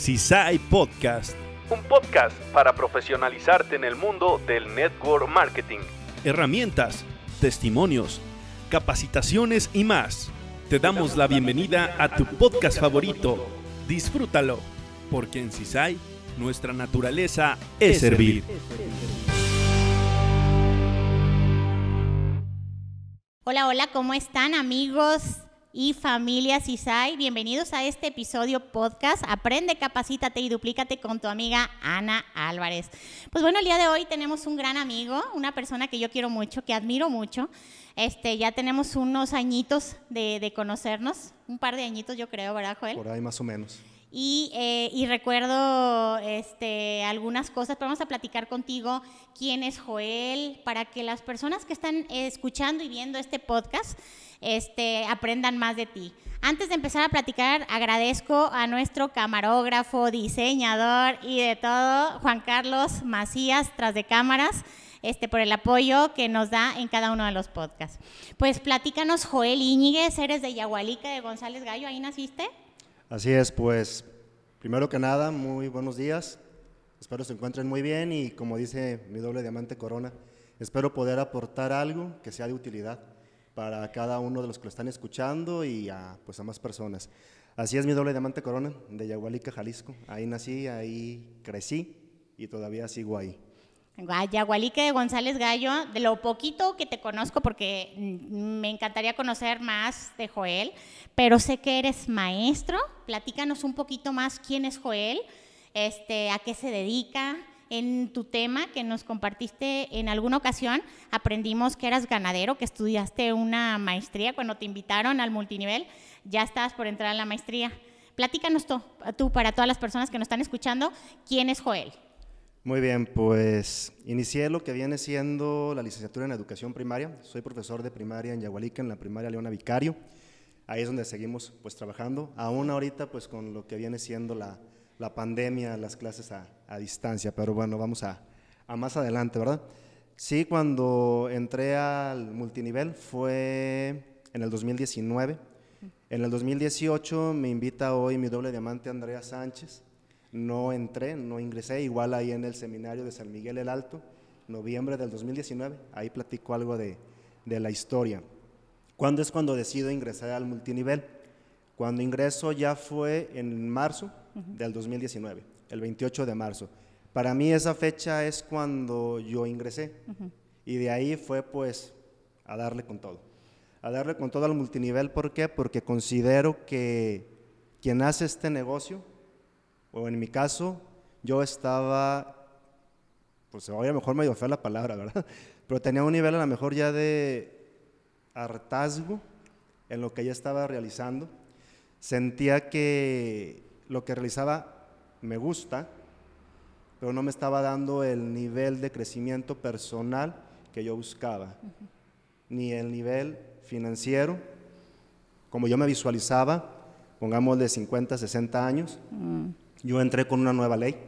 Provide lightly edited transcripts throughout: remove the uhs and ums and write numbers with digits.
CISAI Podcast. Un podcast para profesionalizarte en el mundo del network marketing. Herramientas, testimonios, capacitaciones y más. Te damos la bienvenida a tu podcast favorito. Disfrútalo, porque en CISAI nuestra naturaleza es servir. Hola, hola, ¿cómo están amigos y familia CISAI? Bienvenidos a este episodio podcast. Aprende, capacítate y duplícate con tu amiga Ana Álvarez. Pues bueno, el día de hoy tenemos un gran amigo, una persona que yo quiero mucho, que admiro mucho. Ya tenemos unos añitos de conocernos, un par de añitos yo creo, ¿verdad, Joel? Por ahí más o menos. Y recuerdo algunas cosas, pero vamos a platicar contigo quién es Joel, para que las personas que están escuchando y viendo este podcast aprendan más de ti. Antes de empezar a platicar, agradezco a nuestro camarógrafo, diseñador y de todo, Juan Carlos Macías, tras de cámaras, por el apoyo que nos da en cada uno de los podcasts. Pues platícanos, Joel Íñiguez, eres de Yagualica de González Gallo, ¿ahí naciste? Así es, pues, primero que nada, muy buenos días. Espero se encuentren muy bien y, como dice mi doble diamante Corona, espero poder aportar algo que sea de utilidad para cada uno de los que lo están escuchando y a más personas. Así es, mi doble diamante Corona, de Yagualica, Jalisco. Ahí nací, ahí crecí y todavía sigo ahí. Yagualica de González Gallo, de lo poquito que te conozco, porque me encantaría conocer más de Joel, pero sé que eres maestro. Platícanos un poquito más quién es Joel, a qué se dedica. En tu tema que nos compartiste en alguna ocasión, aprendimos que eras ganadero, que estudiaste una maestría. Cuando te invitaron al multinivel, ya estabas por entrar a la maestría. Platícanos tú, para todas las personas que nos están escuchando, quién es Joel. Muy bien, pues inicié lo que viene siendo la licenciatura en educación primaria. Soy profesor de primaria en Yagualica, en la primaria Leona Vicario. Ahí es donde seguimos pues trabajando. Aún ahorita pues con lo que viene siendo la pandemia, las clases a distancia, pero bueno, vamos a más adelante, ¿verdad? Sí, cuando entré al multinivel fue en el 2019. En el 2018 me invita hoy mi doble diamante Andrea Sánchez. No ingresé, igual ahí en el seminario de San Miguel el Alto, noviembre del 2019, ahí platico algo de la historia. ¿Cuándo es cuando decido ingresar al multinivel? Cuando ingreso ya fue en marzo del 2019, el 28 de marzo. Para mí esa fecha es cuando yo ingresé y de ahí fue pues a darle con todo al multinivel. ¿Por qué? Porque considero que quien hace este negocio, o en mi caso, yo estaba, pues a lo mejor medio fea la palabra, ¿verdad? Pero tenía un nivel a lo mejor ya de hartazgo en lo que ya estaba realizando. Sentía que lo que realizaba me gusta, pero no me estaba dando el nivel de crecimiento personal que yo buscaba, ni el nivel financiero, como yo me visualizaba, pongamos de 50, 60 años. Yo entré con una nueva ley.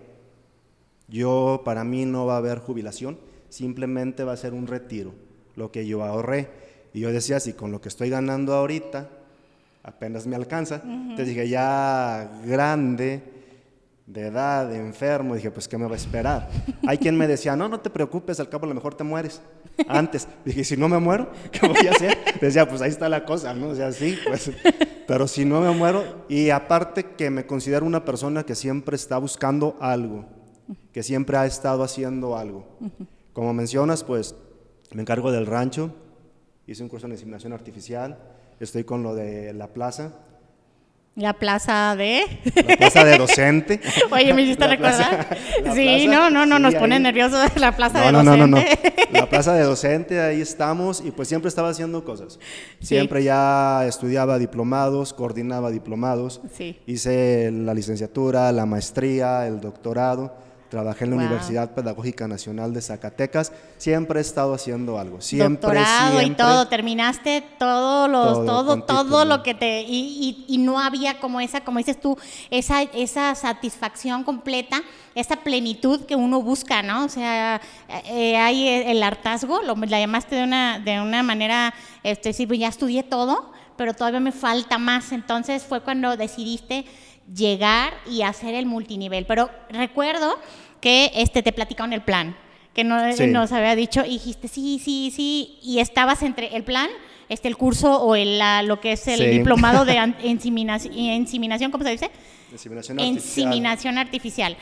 Para mí no va a haber jubilación, simplemente va a ser un retiro, lo que yo ahorré. Y yo decía, si con lo que estoy ganando ahorita apenas me alcanza, entonces dije, ya grande, de edad, enfermo, dije, pues ¿qué me va a esperar? Hay quien me decía, no te preocupes, al cabo a lo mejor te mueres antes. Dije, si no me muero, ¿qué voy a hacer? Decía, pues ahí está la cosa, ¿no? O sea, sí, pues, pero si no me muero. Y aparte que me considero una persona que siempre está buscando algo, que siempre ha estado haciendo algo. Como mencionas, pues me encargo del rancho, hice un curso en inseminación artificial, estoy con lo de la plaza. ¿La plaza de? La plaza de docente. Oye, me hiciste recordar. Sí, plaza, no, sí, nos pone nerviosos la plaza de docente. No. La plaza de docente, ahí estamos y pues siempre estaba haciendo cosas. Siempre ya estudiaba diplomados, coordinaba diplomados. Sí. Hice la licenciatura, la maestría, el doctorado. Trabajé en la Universidad Pedagógica Nacional de Zacatecas. Siempre he estado haciendo algo. Doctorado y todo. Terminaste todo lo que te... Y no había como dices tú, esa satisfacción completa, esa plenitud que uno busca, ¿no? O sea, hay el hartazgo, la llamaste de una manera, sí, pues ya estudié todo, pero todavía me falta más. Entonces fue cuando decidiste llegar y hacer el multinivel. Pero recuerdo que te platicaron el plan, que nos había dicho, y dijiste sí, y estabas entre el plan, el curso o lo que es el diplomado de inseminación, ¿cómo se dice? Inseminación artificial.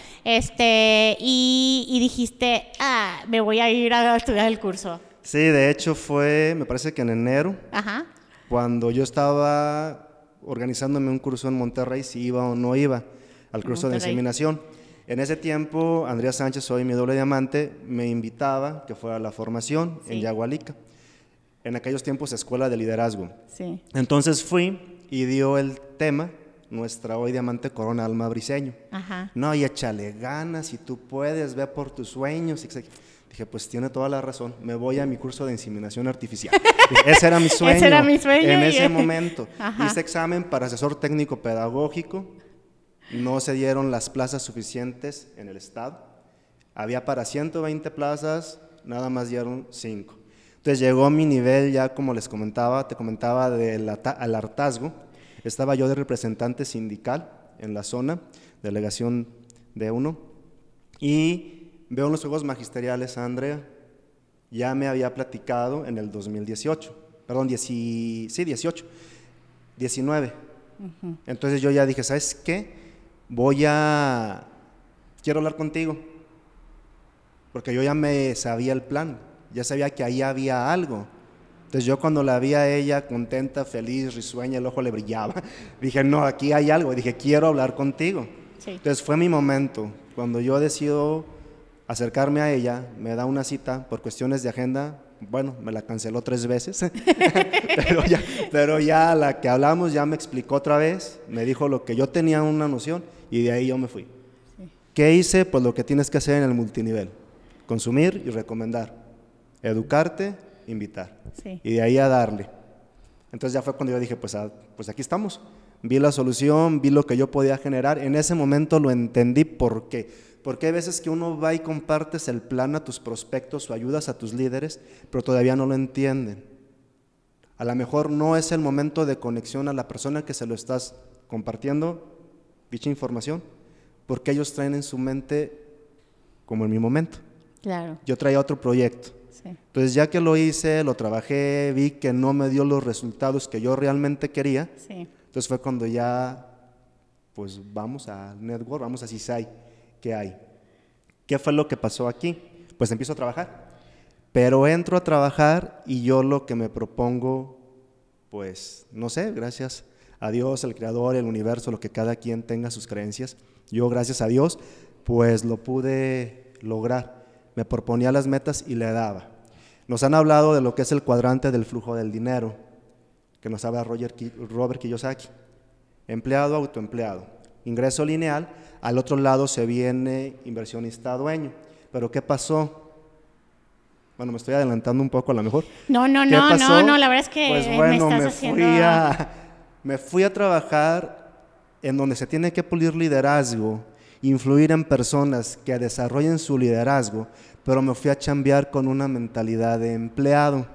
Y dijiste, me voy a ir a estudiar el curso. Sí, de hecho fue, me parece que en enero, Ajá. Cuando yo estaba organizándome un curso en Monterrey, si iba o no iba al curso de inseminación. En ese tiempo, Andrea Sánchez, hoy mi doble diamante, me invitaba que fuera a la formación en Yagualica. En aquellos tiempos, Escuela de Liderazgo. Sí. Entonces fui y dio el tema, nuestra hoy diamante Corona Alma Briseño. Ajá. No, y échale ganas, si tú puedes, ve por tus sueños. Dije, pues tiene toda la razón, me voy a mi curso de inseminación artificial. Ese era mi sueño. Ese era mi sueño. En ese momento. Hice examen para asesor técnico pedagógico, no se dieron las plazas suficientes en el estado. Había para 120 plazas, nada más dieron 5. Entonces llegó mi nivel ya, como les comentaba, al hartazgo. Estaba yo de representante sindical en la zona, delegación de 1, y veo en los juegos magisteriales, Andrea, ya me había platicado en el 2018, perdón, 19. Entonces yo ya dije, ¿sabes qué? Quiero hablar contigo, porque yo ya me sabía el plan, ya sabía que ahí había algo. Entonces yo cuando la vi a ella contenta, feliz, risueña, el ojo le brillaba, dije, no, aquí hay algo, dije, quiero hablar contigo. Sí. Entonces fue mi momento, cuando yo decido acercarme a ella, me da una cita por cuestiones de agenda, bueno, me la canceló 3 veces, pero ya la que hablamos ya me explicó otra vez, me dijo lo que yo tenía una noción y de ahí yo me fui. Sí. ¿Qué hice? Pues lo que tienes que hacer en el multinivel, consumir y recomendar, educarte, invitar, y de ahí a darle. Entonces ya fue cuando yo dije, pues aquí estamos, vi la solución, vi lo que yo podía generar, en ese momento lo entendí. ¿Por qué? Porque hay veces que uno va y compartes el plan a tus prospectos o ayudas a tus líderes, pero todavía no lo entienden. A lo mejor no es el momento de conexión a la persona que se lo estás compartiendo dicha información, porque ellos traen en su mente, como en mi momento. Claro. Yo traía otro proyecto. Sí. Entonces ya que lo hice, lo trabajé, vi que no me dio los resultados que yo realmente quería. Sí. Entonces fue cuando ya, pues vamos a Network, vamos a CISAI. ¿Qué hay? ¿Qué fue lo que pasó aquí? Pues empiezo a trabajar, pero entro a trabajar y yo lo que me propongo, pues no sé, gracias a Dios, el Creador, el universo, lo que cada quien tenga sus creencias, yo gracias a Dios, pues lo pude lograr. Me proponía las metas y le daba. Nos han hablado de lo que es el cuadrante del flujo del dinero, que nos habla Robert Kiyosaki, empleado, autoempleado, ingreso lineal. Al otro lado se viene inversionista dueño. ¿Pero qué pasó? Bueno, me estoy adelantando un poco a lo mejor. No, la verdad es que pues bueno, me estás haciendo... me fui a trabajar en donde se tiene que pulir liderazgo, influir en personas que desarrollen su liderazgo, pero me fui a chambear con una mentalidad de empleado,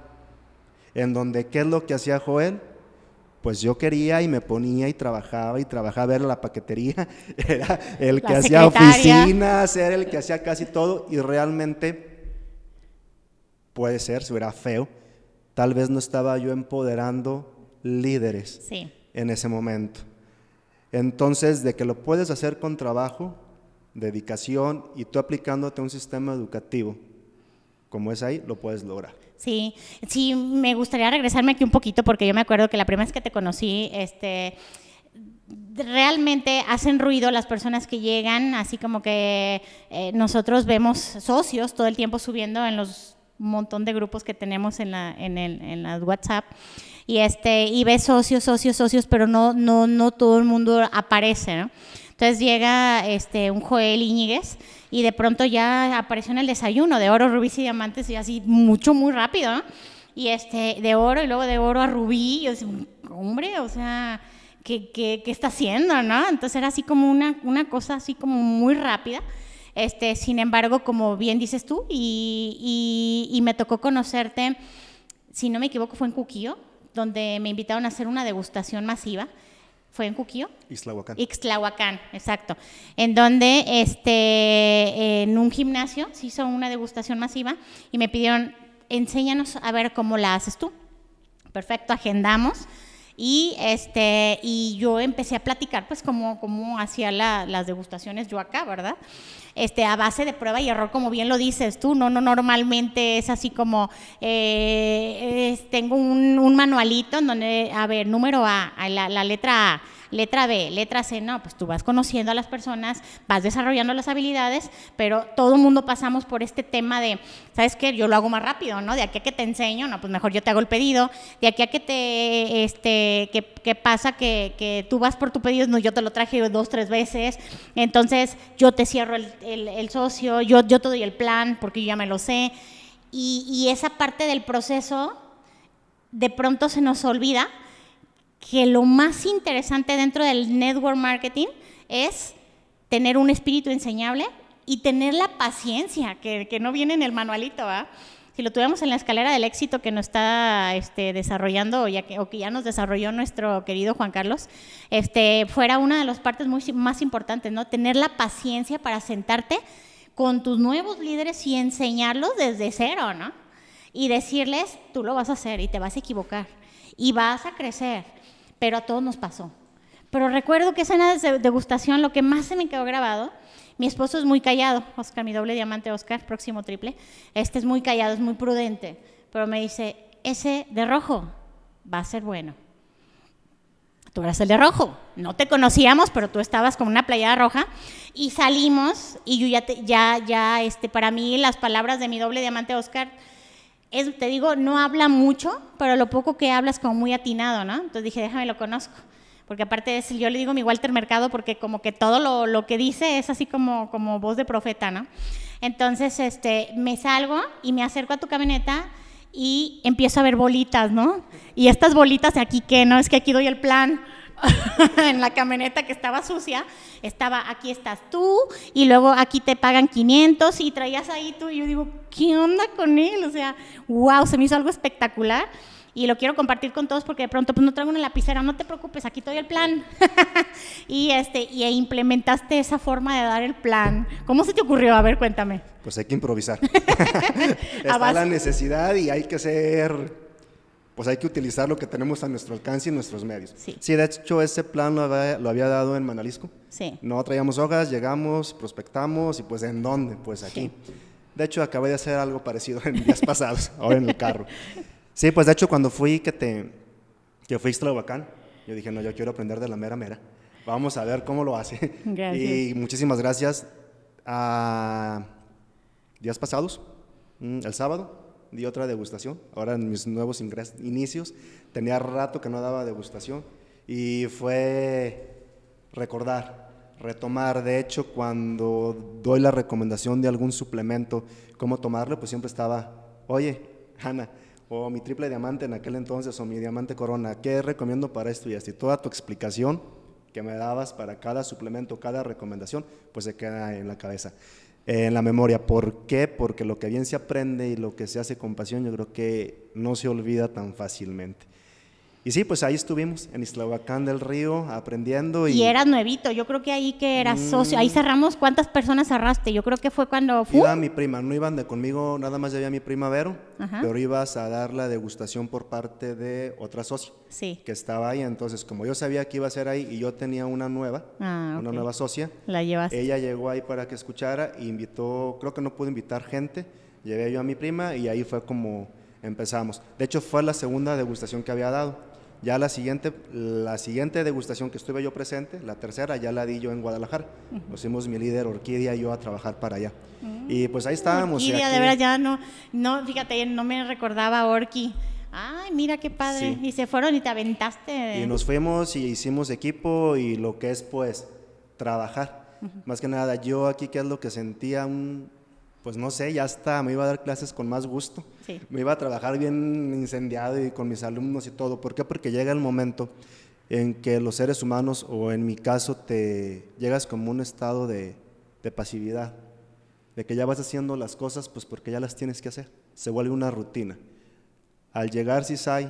en donde, ¿qué es lo que hacía Joel? Pues yo quería y me ponía y trabajaba, era la paquetería, era el que hacía oficinas, era el que hacía casi todo, y realmente, puede ser, si era feo, tal vez no estaba yo empoderando líderes en ese momento. Entonces, de que lo puedes hacer con trabajo, dedicación, y tú aplicándote a un sistema educativo, como es ahí, lo puedes lograr. Sí, me gustaría regresarme aquí un poquito, porque yo me acuerdo que la primera vez que te conocí, realmente hacen ruido las personas que llegan, así como que nosotros vemos socios todo el tiempo subiendo en los montón de grupos que tenemos en la WhatsApp, y ves socios, pero no todo el mundo aparece, ¿no? Entonces llega un Joel Íñiguez y de pronto ya apareció en el desayuno de oro, rubíes y diamantes, y así muy rápido, ¿no? Y de oro, y luego de oro a rubí, y yo decía, hombre, o sea, ¿qué está haciendo, no? Entonces era así como una cosa así como muy rápida. Sin embargo, como bien dices tú, y me tocó conocerte, si no me equivoco, fue en Cuquillo, donde me invitaron a hacer una degustación masiva. ¿Fue en Cuquío? Ixtlahuacán, exacto. En donde en un gimnasio se hizo una degustación masiva y me pidieron, enséñanos a ver cómo la haces tú. Perfecto, agendamos. Y yo empecé a platicar, pues, cómo hacía las degustaciones yo acá, ¿verdad? A base de prueba y error, como bien lo dices tú, no normalmente es así como, tengo un manualito en donde, a ver, número A, la letra A, letra B, letra C, no, pues tú vas conociendo a las personas, vas desarrollando las habilidades, pero todo el mundo pasamos por este tema de, ¿sabes qué? Yo lo hago más rápido, ¿no? De aquí a que te enseño, no, pues mejor yo te hago el pedido, de aquí a que ¿qué pasa? Que tú vas por tu pedido, no, yo te lo traje 2, 3 veces, entonces yo te cierro el socio, yo te doy el plan, porque yo ya me lo sé, y esa parte del proceso, de pronto se nos olvida que lo más interesante dentro del network marketing es tener un espíritu enseñable y tener la paciencia, que no viene en el manualito, ¿ah? Si lo tuviéramos en la escalera del éxito que nos está desarrollando o que ya nos desarrolló nuestro querido Juan Carlos, fuera una de las partes más importantes, ¿no? Tener la paciencia para sentarte con tus nuevos líderes y enseñarlos desde cero, ¿no? Y decirles, tú lo vas a hacer y te vas a equivocar y vas a crecer. Pero a todos nos pasó. Pero recuerdo que esa degustación, lo que más se me quedó grabado, mi esposo es muy callado, Oscar, mi doble diamante Oscar, próximo triple, es muy callado, es muy prudente, pero me dice, ese de rojo va a ser bueno. Tú eras el de rojo, no te conocíamos, pero tú estabas con una playera roja, y salimos, y yo para mí las palabras de mi doble diamante Oscar, te digo, no habla mucho, pero lo poco que habla es como muy atinado, ¿no? Entonces dije, déjame lo conozco. Porque aparte yo le digo mi Walter Mercado porque como que todo lo que dice es así como voz de profeta, ¿no? Entonces, me salgo y me acerco a tu camioneta y empiezo a ver bolitas, ¿no? Y estas bolitas de aquí, ¿qué? No, es que aquí doy el plan. En la camioneta que estaba sucia, aquí estás tú, y luego aquí te pagan 500, y traías ahí tú, y yo digo, ¿qué onda con él? O sea, wow, se me hizo algo espectacular, y lo quiero compartir con todos porque de pronto pues no traigo una lapicera, no te preocupes, aquí te doy el plan. y implementaste esa forma de dar el plan. ¿Cómo se te ocurrió? A ver, cuéntame. Pues hay que improvisar. Está la necesidad y hay que pues hay que utilizar lo que tenemos a nuestro alcance y nuestros medios. Sí, de hecho ese plan lo había dado en Manalisco. Sí. No traíamos hojas, llegamos, prospectamos y pues ¿en dónde? Pues aquí. Sí. De hecho acabé de hacer algo parecido en días pasados, ahora en el carro. Sí, pues de hecho cuando fui que fui a Ixtlahuacán, yo dije, no, yo quiero aprender de la mera. Vamos a ver cómo lo hace. Gracias. Y muchísimas gracias. A días pasados, el sábado, di otra degustación, ahora en mis nuevos inicios, tenía rato que no daba degustación y fue retomar, de hecho cuando doy la recomendación de algún suplemento, cómo tomarlo, pues siempre estaba, oye, Ana, o mi triple diamante en aquel entonces, o mi diamante corona, ¿qué recomiendo para esto y esto? Y toda tu explicación que me dabas para cada suplemento, cada recomendación, pues se queda en la cabeza. En la memoria. ¿Por qué? Porque lo que bien se aprende y lo que se hace con pasión, yo creo que no se olvida tan fácilmente. Y sí, pues ahí estuvimos, en Ixtlahuacán del Río, aprendiendo. Y eras nuevito, yo creo que ahí que eras socio, ahí cerramos, ¿cuántas personas cerraste? Yo creo que fue cuando fue. Iba mi prima, no iban conmigo, nada más llevé a mi prima Vero, pero ibas a dar la degustación por parte de otra socia que estaba ahí. Entonces, como yo sabía que iba a ser ahí y yo tenía una nueva socia, la llevaste. Ella llegó ahí para que escuchara e invitó, creo que no pudo invitar gente, llevé yo a mi prima y ahí fue como empezamos. De hecho, fue la segunda degustación que había dado. Ya la siguiente degustación que estuve yo presente, la tercera, ya la di yo en Guadalajara. Nos fuimos mi líder Orquídea y yo a trabajar para allá. Y pues ahí estábamos. Orquídea, de verdad, ya no, fíjate, no me recordaba Orqui. Ay, mira qué padre. Sí. Y se fueron y te aventaste. Y nos fuimos y hicimos equipo y lo que es pues trabajar. Más que nada, yo aquí, ¿qué es lo que sentía? Pues no sé, ya hasta me iba a dar clases con más gusto, me iba a trabajar bien incendiado y con mis alumnos y todo. ¿Por qué? Porque llega el momento en que los seres humanos, o en mi caso, te llegas como un estado de pasividad, de que ya vas haciendo las cosas pues porque ya las tienes que hacer, se vuelve una rutina. Al llegar CISAI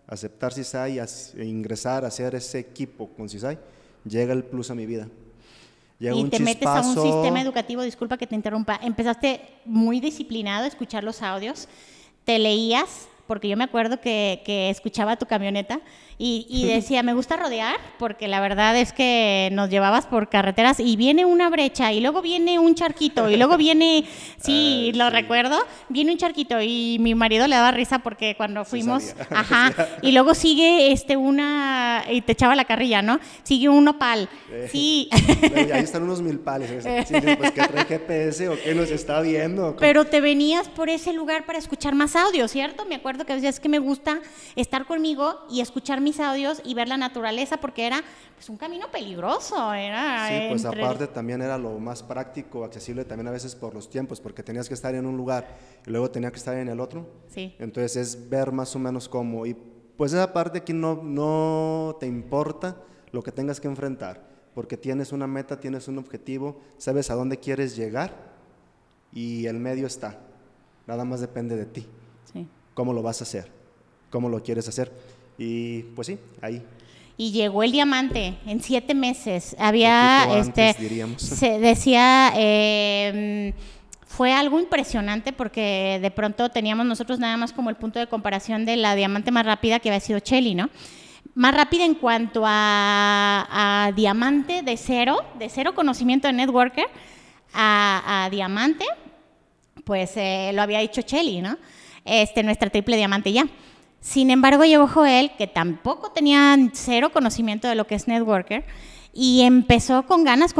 aceptar CISAI, ingresar a hacer ese equipo con CISAI, llega el plus a mi vida. Llega y un te metes a un chispazo. sistema educativo, disculpa que te interrumpa, empezaste muy disciplinado a escuchar los audios, te leías, porque yo me acuerdo que escuchaba tu camioneta y decía, me gusta rodear, porque la verdad es que nos llevabas por carreteras y viene una brecha y luego viene un charquito y luego viene, sí, lo recuerdo, viene un charquito y mi marido le daba risa porque cuando fuimos, ajá, y luego sigue una, y te echaba la carrilla, ¿no? Sigue un nopal, sí. Ahí están unos milpales, sí, pues que trae GPS o qué nos está viendo. Pero te venías por ese lugar para escuchar más audios, ¿cierto? Me acuerdo que decías que me gusta estar conmigo y escuchar mis audios y ver la naturaleza porque era pues un camino peligroso, era sí, pues aparte también era lo más práctico, accesible también a veces por los tiempos, porque tenías que estar en un lugar y luego tenías que estar en el otro. Sí. Entonces es ver más o menos cómo, y pues esa parte aquí no te importa lo que tengas que enfrentar, porque tienes una meta, tienes un objetivo, sabes a dónde quieres llegar y el medio está, nada más depende de ti. Sí. ¿Cómo lo vas a hacer? ¿Cómo lo quieres hacer? Y pues sí, ahí. Y llegó el diamante en 7 meses. Había, antes, diríamos. Se decía, fue algo impresionante porque de pronto teníamos nosotros nada más como el punto de comparación de la diamante más rápida que había sido Shelly, ¿no? Más rápida en cuanto a diamante de cero conocimiento de networker a diamante, pues lo había hecho Shelly, ¿no? Nuestra triple diamante ya. Sin embargo, llegó Joel, que tampoco tenía 0 conocimiento de lo que es networker, y empezó con ganas,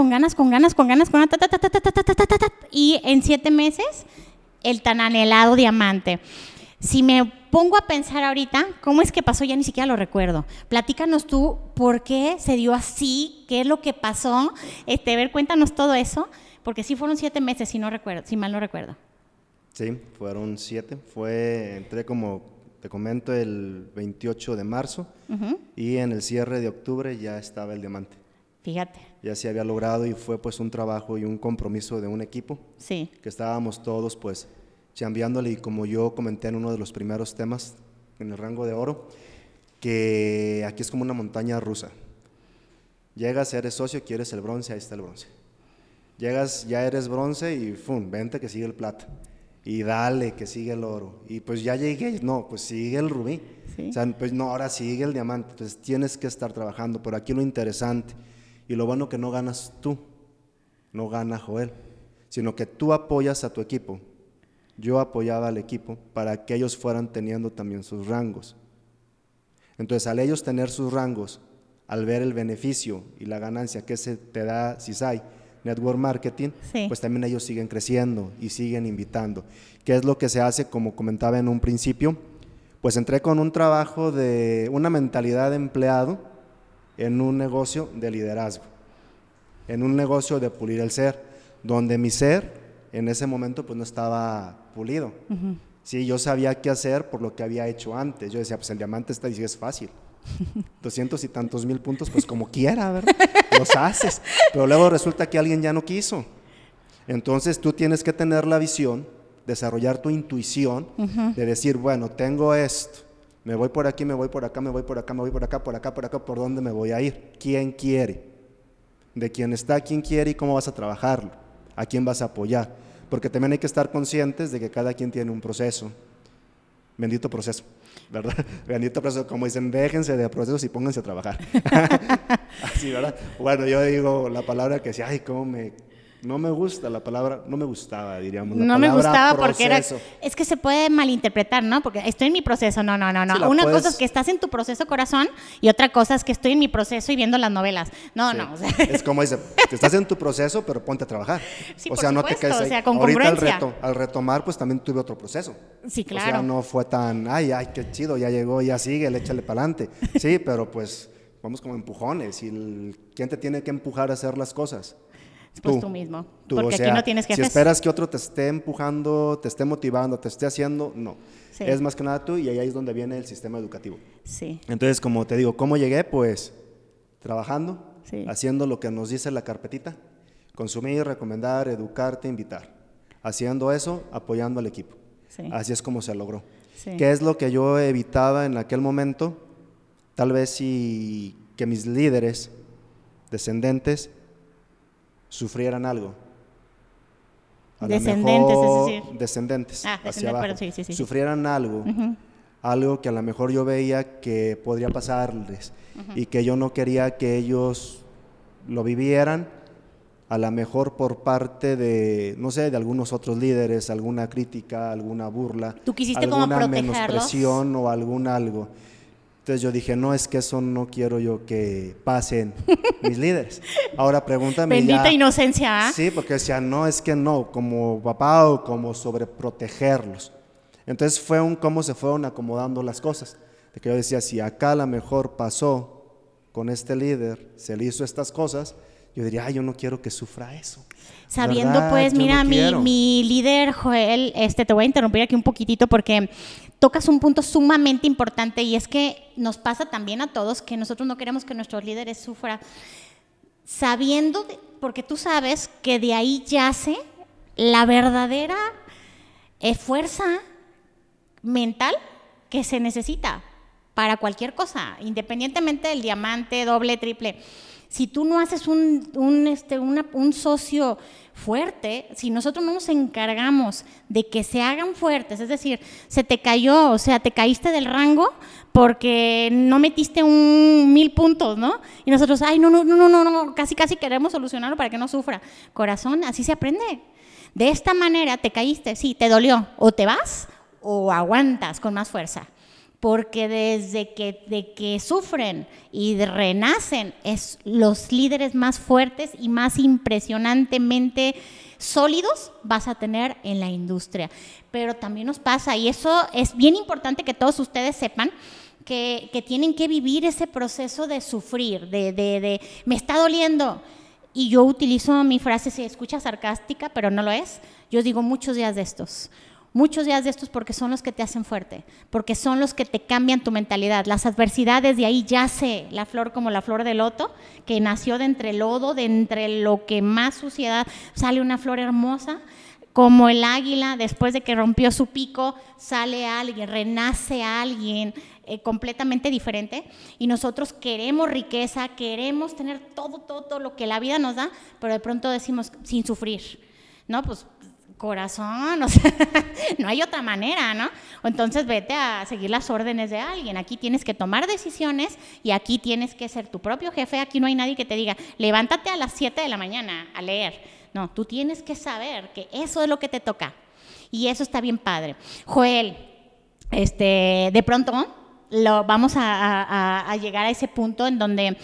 y en 7 meses, el tan anhelado diamante. Si me pongo a pensar ahorita, ¿cómo es que pasó? Ya ni siquiera lo recuerdo. Platícanos tú por qué se dio así, qué es lo que pasó, cuéntanos todo eso, porque sí fueron 7 meses, si mal no recuerdo. Sí, fueron 7, entré como te comento el 28 de marzo y en el cierre de octubre ya estaba el diamante. Fíjate. Ya se había logrado y fue pues un trabajo y un compromiso de un equipo. Sí. Que estábamos todos pues chambeándole y como yo comenté en uno de los primeros temas en el rango de oro, que aquí es como una montaña rusa. Llegas, eres socio, quieres el bronce, ahí está el bronce. Llegas, ya eres bronce y ¡fum! Vente que sigue el plata. Y dale, que sigue el oro. Y pues ya llegué, no, pues sigue el rubí. ¿Sí? O sea, pues no, ahora sigue el diamante. Entonces tienes que estar trabajando. Pero aquí lo interesante y lo bueno que no ganas tú, no gana Joel, sino que tú apoyas a tu equipo. Yo apoyaba al equipo para que ellos fueran teniendo también sus rangos. Entonces, al ellos tener sus rangos, al ver el beneficio y la ganancia que se te da CISAI, Network Marketing, sí, pues también ellos siguen creciendo y siguen invitando. ¿Qué es lo que se hace? Como comentaba en un principio, pues entré con un trabajo de una mentalidad de empleado en un negocio de liderazgo, en un negocio de pulir el ser, donde mi ser en ese momento pues no estaba pulido. Sí, yo sabía qué hacer por lo que había hecho antes. Yo decía, pues el diamante está y es fácil. 200 y tantos mil puntos, pues como quiera, ¿verdad? Los haces, pero luego resulta que alguien ya no quiso. Entonces tú tienes que tener la visión, desarrollar tu intuición, de decir, bueno, tengo esto, me voy por aquí, me voy por acá, me voy por acá, me voy por acá, por acá, por acá, ¿por dónde me voy a ir? ¿Quién quiere? De quién está, quién quiere y cómo vas a trabajarlo, a quién vas a apoyar, porque también hay que estar conscientes de que cada quien tiene un proceso. Bendito proceso, ¿verdad? Bendito proceso, como dicen, déjense de procesos y pónganse a trabajar. Así, ¿verdad? Bueno, yo digo la palabra que decía, ay, cómo no me gusta la palabra, no me gustaba, diríamos. La no me gustaba proceso. Porque es que se puede malinterpretar, ¿no? Porque estoy en mi proceso, no. Sí, una cosa es que estás en tu proceso corazón y otra cosa es que estoy en mi proceso y viendo las novelas. No. O sea. Es como dice, estás en tu proceso, pero ponte a trabajar. Sí, o sea, por no supuesto, te quedes ahí. O sea, con ahorita congruencia. al retomar, pues también tuve otro proceso. Sí, claro. O sea, no fue tan, ay, qué chido, ya llegó, ya sigue, échale para adelante. Sí, pero pues vamos como empujones y ¿quién te tiene que empujar a hacer las cosas? Pues tú mismo, porque aquí no tienes jefes. Si esperas que otro te esté empujando, te esté motivando, te esté haciendo, no. Sí. Es más que nada tú y ahí es donde viene el sistema educativo. Sí. Entonces, como te digo, ¿cómo llegué? Pues trabajando, haciendo lo que nos dice la carpetita, consumir, recomendar, educarte, invitar. Haciendo eso, apoyando al equipo. Sí. Así es como se logró. Sí. ¿Qué es lo que yo evitaba en aquel momento? Tal vez que mis líderes descendentes sufrieran algo. Descendentes, es decir. Descendentes, hacia abajo. Sí. Sufrieran algo, algo que a lo mejor yo veía que podría pasarles y que yo no quería que ellos lo vivieran, a lo mejor por parte de, no sé, de algunos otros líderes, alguna crítica, alguna burla, ¿Tú quisiste alguna como protegerlos? menospresión o algún algo. Entonces yo dije, no, es que eso no quiero yo que pasen mis líderes. Ahora pregúntame Bendita ya, inocencia, ¿eh? Sí, porque decía, no, es que no, como papá o como sobreprotegerlos. Entonces fue cómo se fueron acomodando las cosas. De que yo decía, si acá a lo mejor pasó con este líder, se le hizo estas cosas, yo diría, yo no quiero que sufra eso. Sabiendo, ¿verdad? pues, Yo mira, no quiero. mi líder, Joel, te voy a interrumpir aquí un poquitito porque tocas un punto sumamente importante y es que nos pasa también a todos que nosotros no queremos que nuestros líderes sufran, sabiendo, porque tú sabes que de ahí yace la verdadera fuerza mental que se necesita para cualquier cosa, independientemente del diamante, doble, triple. Si tú no haces un socio fuerte, si nosotros no nos encargamos de que se hagan fuertes, es decir, se te cayó, o sea, te caíste del rango porque no metiste 1000 puntos, ¿no? Y nosotros, no, casi queremos solucionarlo para que no sufra. Corazón, así se aprende. De esta manera te caíste, sí, te dolió, o te vas o aguantas con más fuerza. Porque desde que sufren y renacen, es los líderes más fuertes y más impresionantemente sólidos vas a tener en la industria. Pero también nos pasa, y eso es bien importante que todos ustedes sepan, que tienen que vivir ese proceso de sufrir, de me está doliendo. Y yo utilizo mi frase, se escucha sarcástica, pero no lo es. Yo digo muchos días de estos porque son los que te hacen fuerte, porque son los que te cambian tu mentalidad. Las adversidades, de ahí yace la flor como la flor de loto, que nació de entre el lodo, de entre lo que más suciedad, sale una flor hermosa, como el águila, después de que rompió su pico, sale alguien, renace alguien completamente diferente. Y nosotros queremos riqueza, queremos tener todo lo que la vida nos da, pero de pronto decimos, sin sufrir, ¿no? Pues corazón, o sea, no hay otra manera, ¿no? Entonces vete a seguir las órdenes de alguien. Aquí tienes que tomar decisiones y aquí tienes que ser tu propio jefe. Aquí no hay nadie que te diga, levántate a las 7 de la mañana a leer. No, tú tienes que saber que eso es lo que te toca. Y eso está bien padre. Joel, de pronto vamos a llegar a ese punto en donde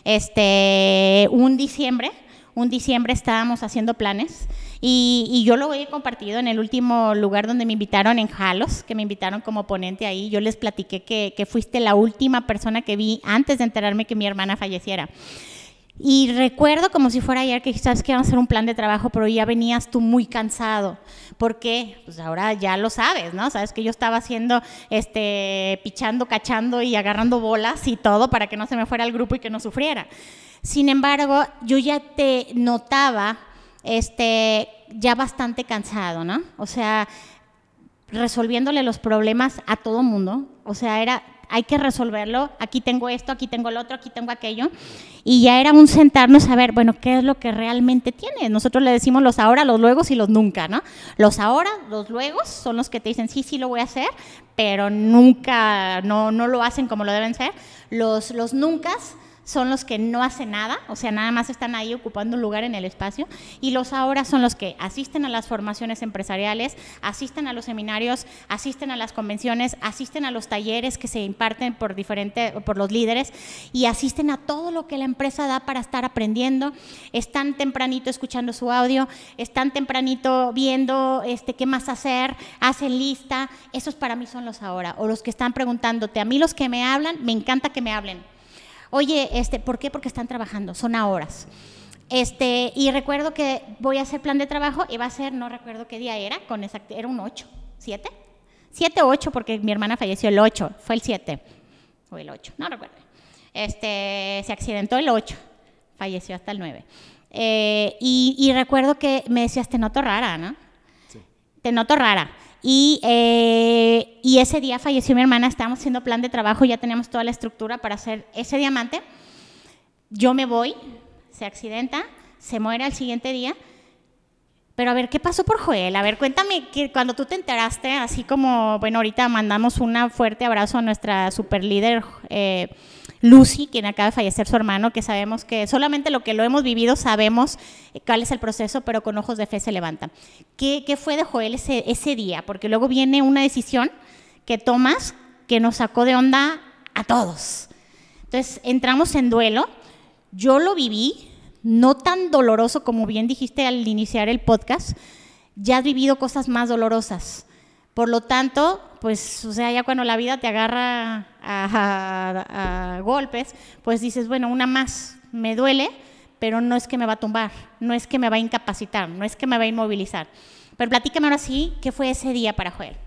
un diciembre estábamos haciendo planes y yo lo he compartido en el último lugar donde me invitaron en Jalos, que me invitaron como ponente ahí. Yo les platiqué que fuiste la última persona que vi antes de enterarme que mi hermana falleciera. Y recuerdo como si fuera ayer que sabes que íbamos a hacer un plan de trabajo, pero ya venías tú muy cansado. ¿Por qué? Pues ahora ya lo sabes, ¿no? Sabes que yo estaba haciendo, pichando, cachando y agarrando bolas y todo para que no se me fuera el grupo y que no sufriera. Sin embargo, yo ya te notaba ya bastante cansado, ¿no? O sea, resolviéndole los problemas a todo mundo. O sea, hay que resolverlo, aquí tengo esto, aquí tengo el otro, aquí tengo aquello. Y ya era un sentarnos a ver, bueno, ¿qué es lo que realmente tiene? Nosotros le decimos los ahora, los luegos y los nunca, ¿no? Los ahora, los luegos son los que te dicen, sí lo voy a hacer, pero nunca, no lo hacen como lo deben ser. Los nuncas son los que no hacen nada, o sea, nada más están ahí ocupando un lugar en el espacio, y los ahora son los que asisten a las formaciones empresariales, asisten a los seminarios, asisten a las convenciones, asisten a los talleres que se imparten por los líderes y asisten a todo lo que la empresa da para estar aprendiendo. Están tempranito escuchando su audio, están tempranito viendo qué más hacer, hacen lista. Esos para mí son los ahora, o los que están preguntándote. A mí los que me hablan, me encanta que me hablen. Oye, ¿por qué? Porque están trabajando, son a horas. Y recuerdo que voy a hacer plan de trabajo y va a ser, no recuerdo qué día era, era un 8, 7 o 8, porque mi hermana falleció el 8, fue el 7 o el 8, no recuerdo. Se accidentó el 8, falleció hasta el 9. Y recuerdo que me decías, te noto rara, ¿no? Sí. Te noto rara. Y ese día falleció mi hermana, estábamos haciendo plan de trabajo, ya teníamos toda la estructura para hacer ese diamante. Yo me voy, se accidenta, se muere al siguiente día. Pero a ver, ¿qué pasó por Joel? A ver, cuéntame que cuando tú te enteraste, así como, bueno, ahorita mandamos un fuerte abrazo a nuestra super líder Lucy, quien acaba de fallecer su hermano, que sabemos que solamente lo que lo hemos vivido sabemos cuál es el proceso, pero con ojos de fe se levanta. ¿Qué fue de Joel ese día? Porque luego viene una decisión que tomas que nos sacó de onda a todos. Entonces, entramos en duelo. Yo lo viví, no tan doloroso como bien dijiste al iniciar el podcast. Ya has vivido cosas más dolorosas. Por lo tanto, pues, o sea, ya cuando la vida te agarra a golpes, pues dices, bueno, una más, me duele, pero no es que me va a tumbar, no es que me va a incapacitar, no es que me va a inmovilizar. Pero platícame ahora sí, ¿qué fue ese día para Joel?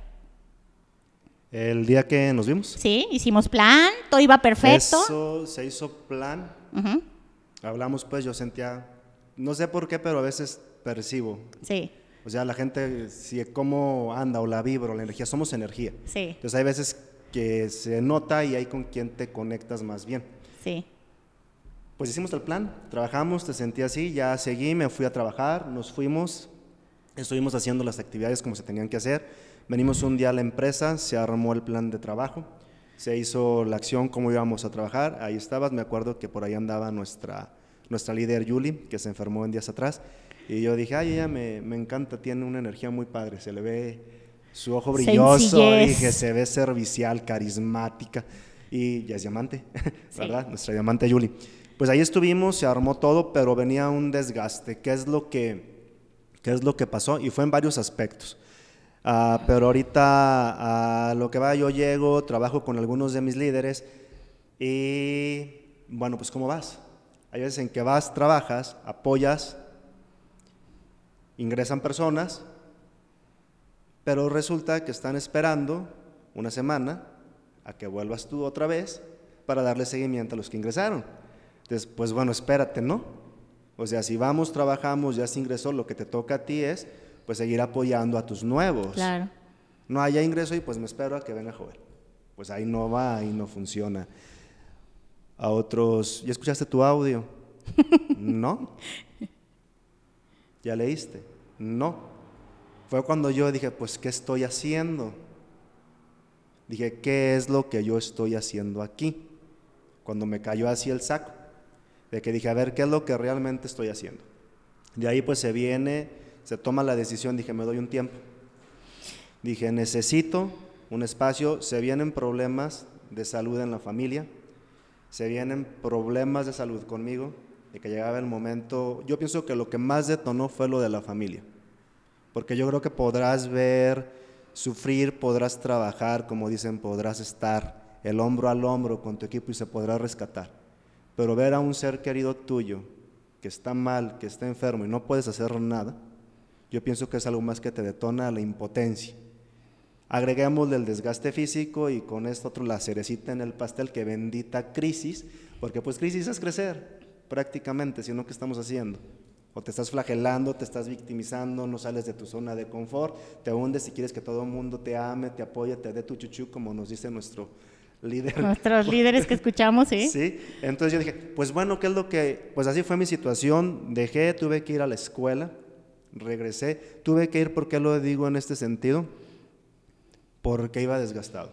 El día que nos vimos. Sí, hicimos plan, todo iba perfecto. Eso, se hizo plan. Uh-huh. Hablamos, pues, yo sentía, no sé por qué, pero a veces percibo. Sí. O sea, la gente, si cómo anda o la vibra o la energía, somos energía. Sí. Entonces hay veces que se nota y hay con quien te conectas más bien. Sí. Pues hicimos el plan, trabajamos, te sentí así, ya seguí, me fui a trabajar, nos fuimos, estuvimos haciendo las actividades como se tenían que hacer, venimos un día a la empresa, se armó el plan de trabajo, se hizo la acción, cómo íbamos a trabajar, ahí estabas, me acuerdo que por ahí andaba nuestra líder Yuli, que se enfermó en días atrás, y yo dije, ay, ella me encanta, tiene una energía muy padre, se le ve su ojo brilloso, dije, se ve servicial, carismática, y ya es diamante, ¿verdad? Sí. Nuestra diamante Yuli. Pues ahí estuvimos, se armó todo, pero venía un desgaste. ¿Qué es lo que pasó? Y fue en varios aspectos. Pero ahorita, a lo que va, yo llego, trabajo con algunos de mis líderes y, bueno, pues ¿cómo vas? Hay veces en que vas, trabajas, apoyas, ingresan personas, pero resulta que están esperando una semana a que vuelvas tú otra vez para darle seguimiento a los que ingresaron. Entonces, pues bueno, espérate, ¿no? O sea, si vamos, trabajamos, ya se ingresó, lo que te toca a ti es, pues, seguir apoyando a tus nuevos. Claro. No haya ingreso y pues me espero a que venga Joel. Pues ahí no va, ahí no funciona. A otros, ¿ya escuchaste tu audio? No. ¿Ya leíste? No. Fue cuando yo dije, pues, ¿qué estoy haciendo? Dije, ¿qué es lo que yo estoy haciendo aquí? Cuando me cayó así el saco, de que dije, a ver, ¿qué es lo que realmente estoy haciendo? De ahí pues se toma la decisión, dije, me doy un tiempo. Dije, necesito un espacio, se vienen problemas de salud en la familia, se vienen problemas de salud conmigo, de que llegaba el momento, yo pienso que lo que más detonó fue lo de la familia, porque yo creo que podrás ver, sufrir, podrás trabajar, como dicen, podrás estar el hombro al hombro con tu equipo y se podrá rescatar, pero ver a un ser querido tuyo que está mal, que está enfermo y no puedes hacer nada, yo pienso que es algo más que te detona la impotencia. Agreguémosle el desgaste físico y con esto otro la cerecita en el pastel, que bendita crisis, porque pues crisis es crecer prácticamente, si no, ¿qué estamos haciendo? O te estás flagelando, te estás victimizando, no sales de tu zona de confort, te hundes y quieres que todo el mundo te ame, te apoye, te dé tu chuchu, como nos dice nuestro líder. Nuestros líderes que escuchamos, ¿sí? Sí, entonces yo dije, pues bueno, ¿qué es lo que...? Pues así fue mi situación, dejé, tuve que ir a la escuela, regresé, tuve que ir, ¿por qué lo digo en este sentido? Porque iba desgastado.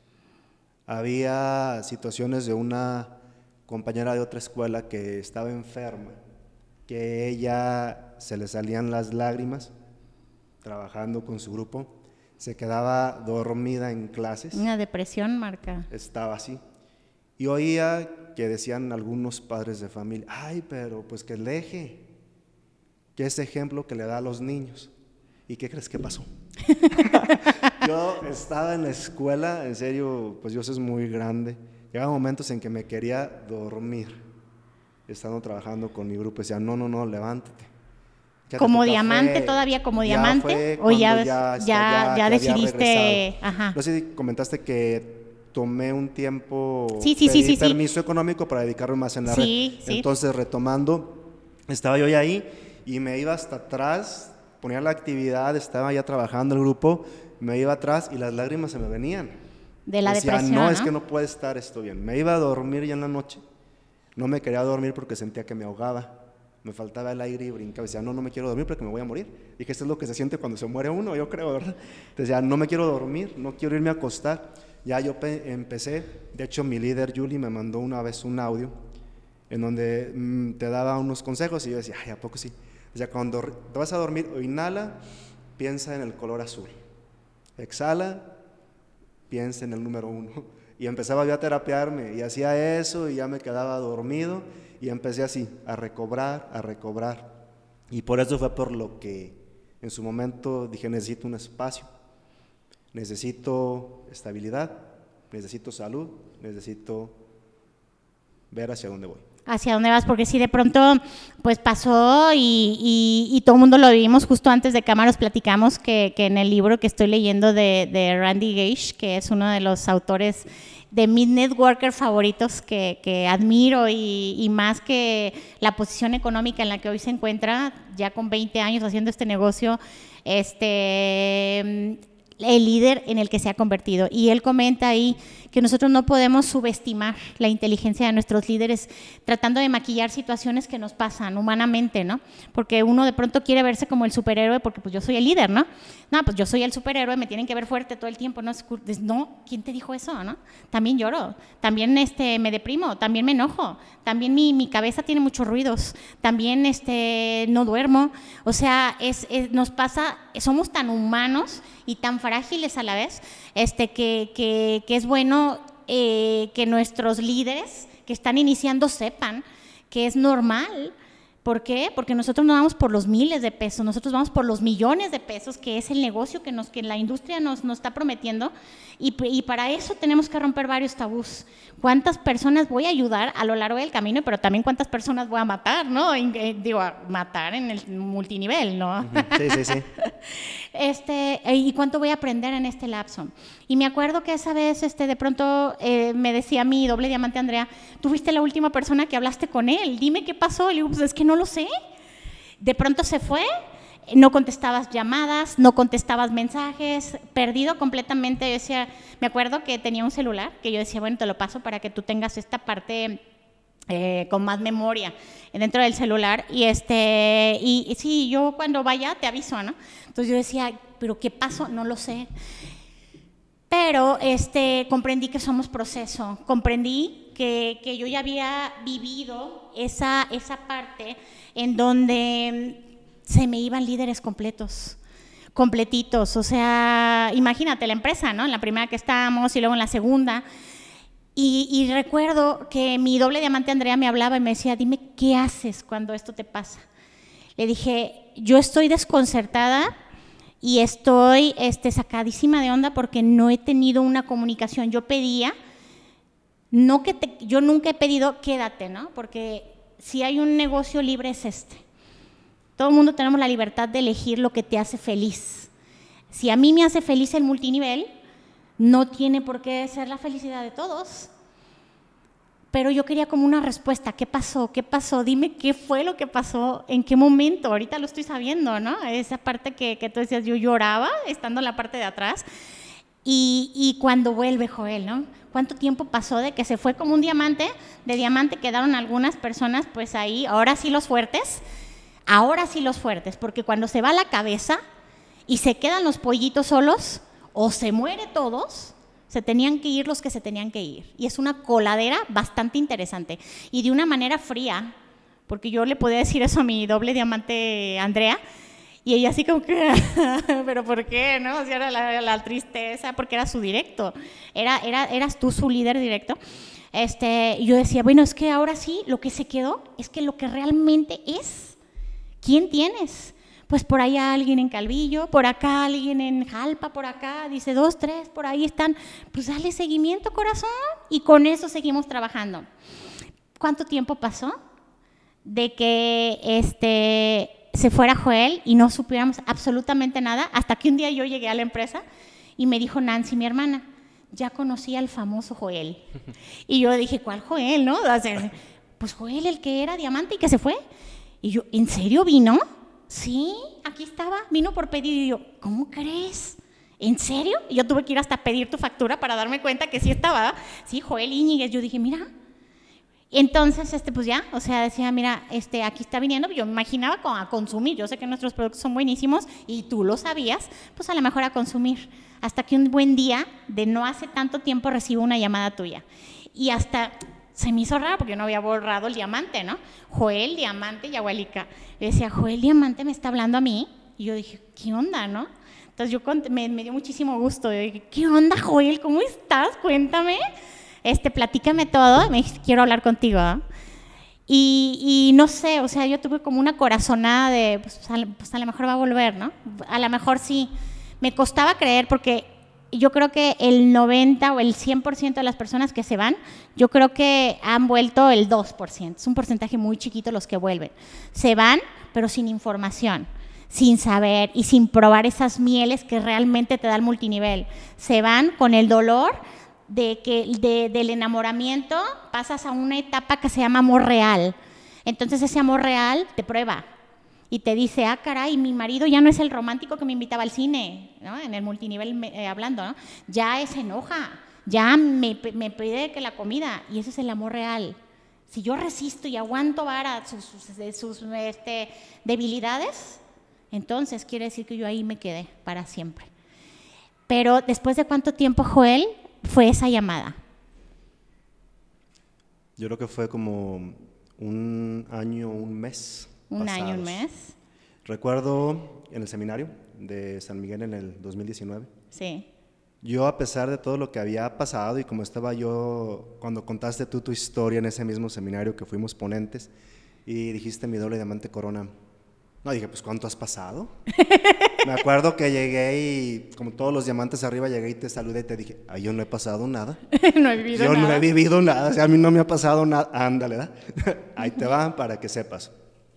Había situaciones de una compañera de otra escuela que estaba enferma, que ella se le salían las lágrimas trabajando con su grupo, se quedaba dormida en clases. Una depresión marca. Estaba así. Y oía que decían algunos padres de familia, ay, pero pues que deje, que ese ejemplo que le da a los niños. ¿Y qué crees que pasó? Yo estaba en la escuela, en serio, pues Dios es muy grande. Llegaban momentos en que me quería dormir, estando trabajando con mi grupo. Decía, no, levántate. ¿Como diamante todavía, como diamante? ¿O ya decidiste? Ajá. No sé si comentaste que tomé un tiempo, pedí permiso económico para dedicarme más en la red. Entonces, retomando, estaba yo ahí y me iba hasta atrás, ponía la actividad, estaba ya trabajando el grupo me iba atrás y las lágrimas se me venían. De la Decía, depresión, no, ¿no? es que no puede estar esto bien. Me iba a dormir ya en la noche, no me quería dormir porque sentía que me ahogaba, me faltaba el aire y brincaba. Decía, no me quiero dormir porque me voy a morir. Dije, esto es lo que se siente cuando se muere uno, yo creo, ¿verdad? Decía, no me quiero dormir, no quiero irme a acostar. Ya yo empecé, de hecho mi líder Julie me mandó una vez un audio en donde te daba unos consejos y yo decía, ay, ¿a poco sí? Decía, cuando te vas a dormir, o inhala, piensa en el color azul, exhala, piensa en el número 1. Y empezaba yo a terapiarme y hacía eso y ya me quedaba dormido y empecé así, a recobrar. Y por eso fue por lo que en su momento dije, necesito un espacio, necesito estabilidad, necesito salud, necesito ver hacia dónde voy. Hacia dónde vas, porque sí, de pronto pues pasó y todo el mundo lo vivimos. Justo antes de cámaras platicamos que en el libro que estoy leyendo de Randy Gage, que es uno de los autores de mis networkers favoritos que admiro y más que la posición económica en la que hoy se encuentra, ya con 20 años haciendo este negocio, el líder en el que se ha convertido. Y él comenta ahí que nosotros no podemos subestimar la inteligencia de nuestros líderes tratando de maquillar situaciones que nos pasan humanamente, ¿no? Porque uno de pronto quiere verse como el superhéroe porque pues yo soy el líder, ¿no? No, pues yo soy el superhéroe, me tienen que ver fuerte todo el tiempo, ¿no? No, ¿quién te dijo eso, no? También lloro, también me deprimo, también me enojo, también mi cabeza tiene muchos ruidos, también no duermo, o sea, nos pasa, somos tan humanos y tan frágiles a la vez, que es bueno que nuestros líderes que están iniciando sepan que es normal. ¿Por qué? Porque nosotros no vamos por los miles de pesos, nosotros vamos por los millones de pesos, que es el negocio que la industria nos está prometiendo, y para eso tenemos que romper varios tabús. ¿Cuántas personas voy a ayudar a lo largo del camino, pero también cuántas personas voy a matar, ¿no? Digo, a matar en el multinivel, ¿no? Sí. ¿Y cuánto voy a aprender en este lapso? Y me acuerdo que esa vez, de pronto me decía mi doble diamante Andrea, tú fuiste la última persona que hablaste con él, dime qué pasó. Le digo, pues es que no lo sé. De pronto se fue, no contestabas llamadas, no contestabas mensajes, perdido completamente. Yo decía, me acuerdo que tenía un celular que yo decía, bueno, te lo paso para que tú tengas esta parte con más memoria dentro del celular, y sí, yo cuando vaya te aviso, ¿no? Entonces yo decía, pero ¿qué pasó? No lo sé. Pero comprendí que somos proceso, comprendí que yo ya había vivido esa parte en donde se me iban líderes completitos, o sea, imagínate la empresa, ¿no? En la primera que estábamos y luego en la segunda, y recuerdo que mi doble diamante Andrea me hablaba y me decía, dime, ¿qué haces cuando esto te pasa? Le dije, yo estoy desconcertada y estoy sacadísima de onda porque no he tenido una comunicación. Yo pedía, yo nunca he pedido quédate, ¿no? Porque si hay un negocio libre es Todo el mundo tenemos la libertad de elegir lo que te hace feliz. Si a mí me hace feliz el multinivel, no tiene por qué ser la felicidad de todos. Pero yo quería como una respuesta. ¿Qué pasó? ¿Qué pasó? Dime qué fue lo que pasó, en qué momento. Ahorita lo estoy sabiendo, ¿no? Esa parte que tú decías, yo lloraba estando en la parte de atrás. Y cuando vuelve Joel, ¿no? ¿Cuánto tiempo pasó de que se fue como un diamante? De diamante quedaron algunas personas, pues ahí, ahora sí los fuertes, porque cuando se va la cabeza y se quedan los pollitos solos, o se muere todos, se tenían que ir los que se tenían que ir. Y es una coladera bastante interesante. Y de una manera fría, porque yo le podía decir eso a mi doble diamante Andrea, y ella así como que, ¿pero por qué? ¿No? O sea, era la tristeza, porque era su directo. Eras tú su líder directo. Y yo decía, bueno, es que ahora sí, lo que se quedó es que lo que realmente es, ¿quién tienes? Pues por ahí alguien en Calvillo, por acá alguien en Jalpa, por acá, dice 2, 3, por ahí están. Pues dale seguimiento, corazón, y con eso seguimos trabajando. ¿Cuánto tiempo pasó de que se fuera Joel y no supiéramos absolutamente nada? Hasta que un día yo llegué a la empresa y me dijo Nancy, mi hermana, ya conocí al famoso Joel. Y yo dije, ¿cuál Joel, no? O sea, pues Joel, el que era diamante y que se fue. Y yo, ¿en serio vino? Sí, aquí estaba, vino por pedido. Y yo, ¿cómo crees? ¿En serio? Y yo tuve que ir hasta pedir tu factura para darme cuenta que sí estaba, sí, Joel Íñiguez. Yo dije, mira. Entonces, pues ya, o sea, decía, mira, aquí está viniendo. Yo me imaginaba a consumir. Yo sé que nuestros productos son buenísimos y tú lo sabías, pues a lo mejor a consumir. Hasta que un buen día, de no hace tanto tiempo, recibo una llamada tuya. Y hasta se me hizo raro porque yo no había borrado el diamante, ¿no? Joel, Diamante, Yahualica. Yo decía, Joel Diamante me está hablando a mí. Y yo dije, ¿qué onda, no? Entonces me dio muchísimo gusto. Yo dije, ¿qué onda, Joel? ¿Cómo estás? Cuéntame. Platícame todo. Me dijiste, quiero hablar contigo, ¿no? Y no sé, o sea, yo tuve como una corazonada de, pues a lo mejor va a volver, ¿no? A lo mejor sí. Me costaba creer porque yo creo que el 90 o el 100% de las personas que se van, yo creo que han vuelto el 2%. Es un porcentaje muy chiquito los que vuelven. Se van, pero sin información, sin saber y sin probar esas mieles que realmente te da el multinivel. Se van con el dolor del enamoramiento, pasas a una etapa que se llama amor real. Entonces ese amor real te prueba y te dice, caray, mi marido ya no es el romántico que me invitaba al cine, ¿no? En el multinivel hablando, ¿no? Ya se enoja, ya me pide que la comida, y eso es el amor real. Si yo resisto y aguanto vara sus debilidades, entonces quiere decir que yo ahí me quedé para siempre. Pero ¿después de cuánto tiempo, Joel, fue esa llamada? Yo creo que fue como un año, un mes. Un pasados. año, un mes. Recuerdo en el seminario de San Miguel en el 2019. Sí. Yo, a pesar de todo lo que había pasado y como estaba yo, cuando contaste tú tu historia en ese mismo seminario que fuimos ponentes y dijiste mi doble diamante corona, no, dije, pues ¿cuánto has pasado? Me acuerdo que llegué y como todos los diamantes arriba llegué y te saludé y te dije, yo no he pasado nada. No he vivido yo nada. no he vivido nada, o sea, a mí no me ha pasado nada. Ándale, ¿verdad? Ahí te va para que sepas.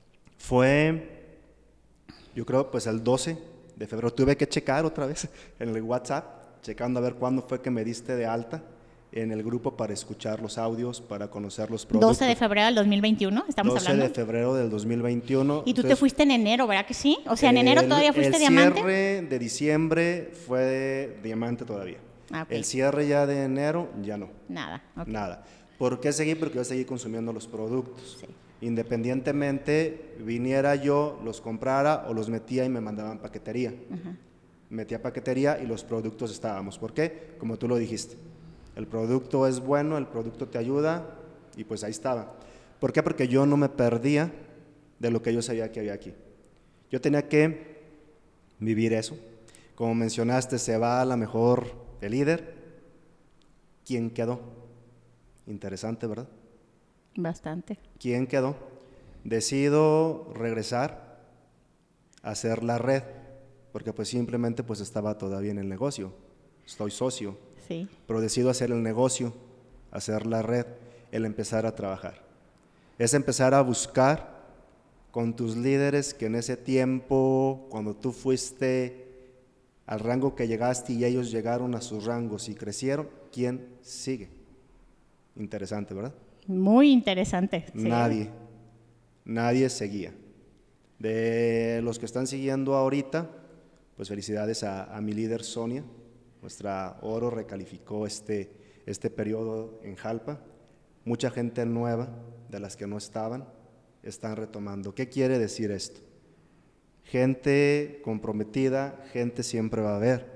Fue, yo creo, pues el 12 de febrero. Tuve que checar otra vez en el WhatsApp, checando a ver cuándo fue que me diste de alta en el grupo para escuchar los audios, para conocer los productos. 12 de febrero del 2021, estamos 12 hablando. 12 de febrero del 2021. Y tú te fuiste en enero, ¿verdad que sí? O sea, en enero todavía fuiste diamante. El cierre de diciembre fue diamante todavía. Okay. El cierre ya de enero, ya no. Nada. Okay. Nada. ¿Por qué seguí? Porque yo seguí consumiendo los productos. Sí. Independientemente, viniera yo, los comprara o los metía y me mandaban paquetería. Metía paquetería y los productos estábamos. ¿Por qué? Como tú lo dijiste. El producto es bueno, el producto te ayuda y pues ahí estaba. ¿Por qué? Porque yo no me perdía de lo que yo sabía que había aquí. Yo tenía que vivir eso. Como mencionaste, se va a la mejor el líder. ¿Quién quedó? Interesante, ¿verdad? Bastante. ¿Quién quedó? Decido regresar a hacer la red, porque pues simplemente pues estaba todavía en el negocio. Estoy socio. Sí. Pero decido hacer el negocio, hacer la red, el empezar a trabajar. Es empezar a buscar con tus líderes que en ese tiempo, cuando tú fuiste al rango que llegaste y ellos llegaron a sus rangos y crecieron, ¿quién sigue? Interesante, ¿verdad? Muy interesante. Sí. Nadie seguía. De los que están siguiendo ahorita, pues felicidades a mi líder Sonia. Nuestra oro recalificó este periodo en Jalpa. Mucha gente nueva, de las que no estaban, están retomando. ¿Qué quiere decir esto? Gente comprometida, gente siempre va a haber.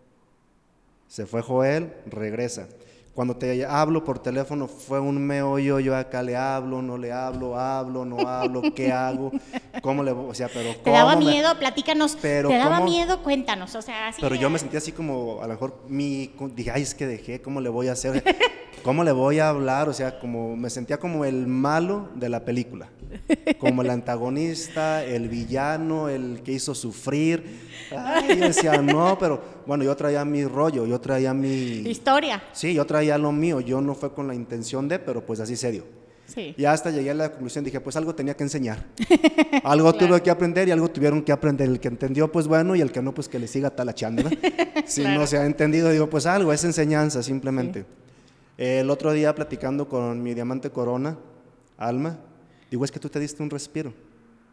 Se fue Joel, regresa. Cuando te hablo por teléfono fue un meollo, yo acá le hablo, no le hablo, no hablo, ¿qué hago? ¿Cómo le voy? O sea, pero ¿Te daba miedo? Platícanos. Pero ¿Te daba miedo? Cuéntanos. O sea, así. Pero yo me sentía así como, a lo mejor, dije, ay, es que dejé, ¿cómo le voy a hacer? ¿Cómo le voy a hablar? O sea, como me sentía como el malo de la película, como el antagonista, el villano, el que hizo sufrir. Ay, yo decía, no, pero bueno, yo traía mi rollo, yo traía mi historia. Sí, yo traía lo mío, yo no fue con la intención de, pero pues así se dio. Sí. Y hasta llegué a la conclusión, dije, pues algo tenía que enseñar. Algo claro. Tuve que aprender y algo tuvieron que aprender. El que entendió, pues bueno, y el que no, pues que le siga talachando, ¿verdad? Si claro. No se ha entendido, digo, pues algo, es enseñanza simplemente. Sí. El otro día platicando con mi diamante corona, Alma, digo, es que tú te diste un respiro.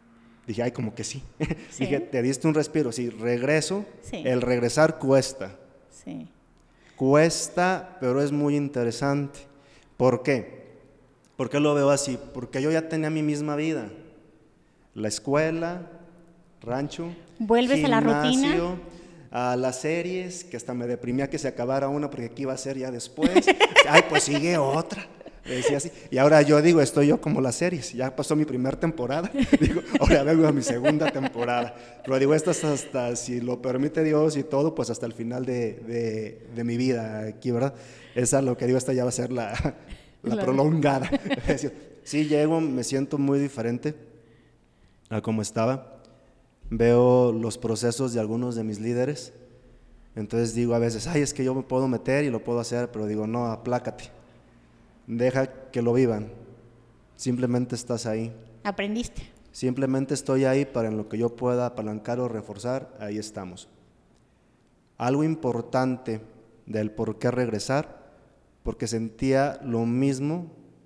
Dije, ay, como que sí. Sí. Dije, te diste un respiro. Sí, regreso. Sí. El regresar cuesta. Sí. Cuesta, pero es muy interesante. ¿Por qué? ¿Por qué lo veo así? Porque yo ya tenía mi misma vida. La escuela, rancho, Vuelves a la rutina. gimnasio, a las series, que hasta me deprimía que se acabara una porque ¿qué iba a ser ya después? Ay, pues sigue otra. Le decía así. Y ahora yo digo, estoy yo como las series. Ya pasó mi primera temporada. Digo, ahora vengo a mi segunda temporada. Pero digo, esto es hasta, si lo permite Dios y todo, pues hasta el final de mi vida aquí, ¿verdad? Esa es lo que digo, esta ya va a ser la prolongada. Sí, llego, me siento muy diferente a como estaba. Veo los procesos de algunos de mis líderes. Entonces digo a veces, ay, es que yo me puedo meter y lo puedo hacer, pero digo, no, aplácate. Deja que lo vivan. Simplemente estás ahí. Aprendiste. Simplemente estoy ahí para en lo que yo pueda apalancar o reforzar, ahí estamos. Algo importante del por qué regresar, porque sentía lo mismo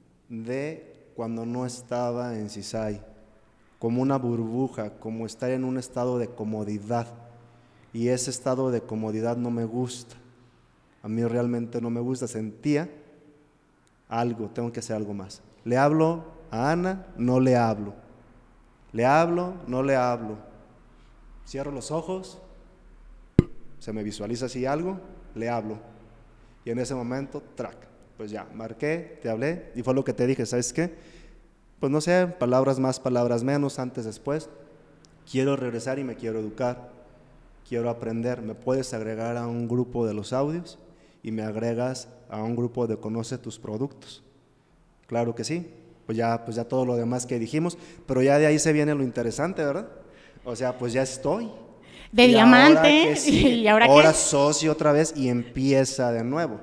de cuando no estaba en CISAI, como una burbuja, como estar en un estado de comodidad, y ese estado de comodidad no me gusta. A mí realmente no me gusta, sentía algo, tengo que hacer algo más. Le hablo a Ana, no le hablo. Le hablo, no le hablo. Cierro los ojos, se me visualiza así algo, le hablo. Y en ese momento, track, pues ya, marqué, te hablé y fue lo que te dije, ¿sabes qué? Pues no sé, palabras más, palabras menos, antes, después. Quiero regresar y me quiero educar, quiero aprender. ¿Me puedes agregar a un grupo de los audios? Y me agregas a un grupo de Conoce tus productos. Claro que sí, pues ya todo lo demás que dijimos, pero ya de ahí se viene lo interesante, ¿verdad? O sea, pues ya estoy. De ¿Y diamante, ahora qué sigue? ¿y ahora Ahora qué? socio otra vez y empieza de nuevo.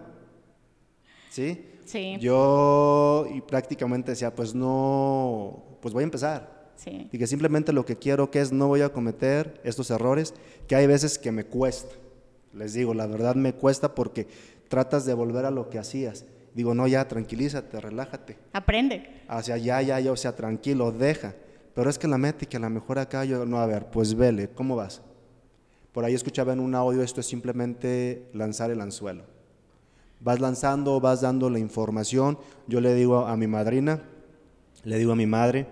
¿Sí? Sí. Yo y prácticamente decía, pues no, pues voy a empezar. Sí. Y que simplemente lo que quiero que es no voy a cometer estos errores, que hay veces que me cuesta. Les digo, la verdad me cuesta porque tratas de volver a lo que hacías. Digo, no, ya, tranquilízate, relájate. Aprende. O sea, ya, o sea, tranquilo, deja. Pero es que la meta y que a lo mejor acá yo, no, a ver, pues vele, ¿cómo vas? Por ahí escuchaba en un audio, esto es simplemente lanzar el anzuelo. Vas lanzando, vas dando la información. Yo le digo a mi madrina, le digo a mi madre,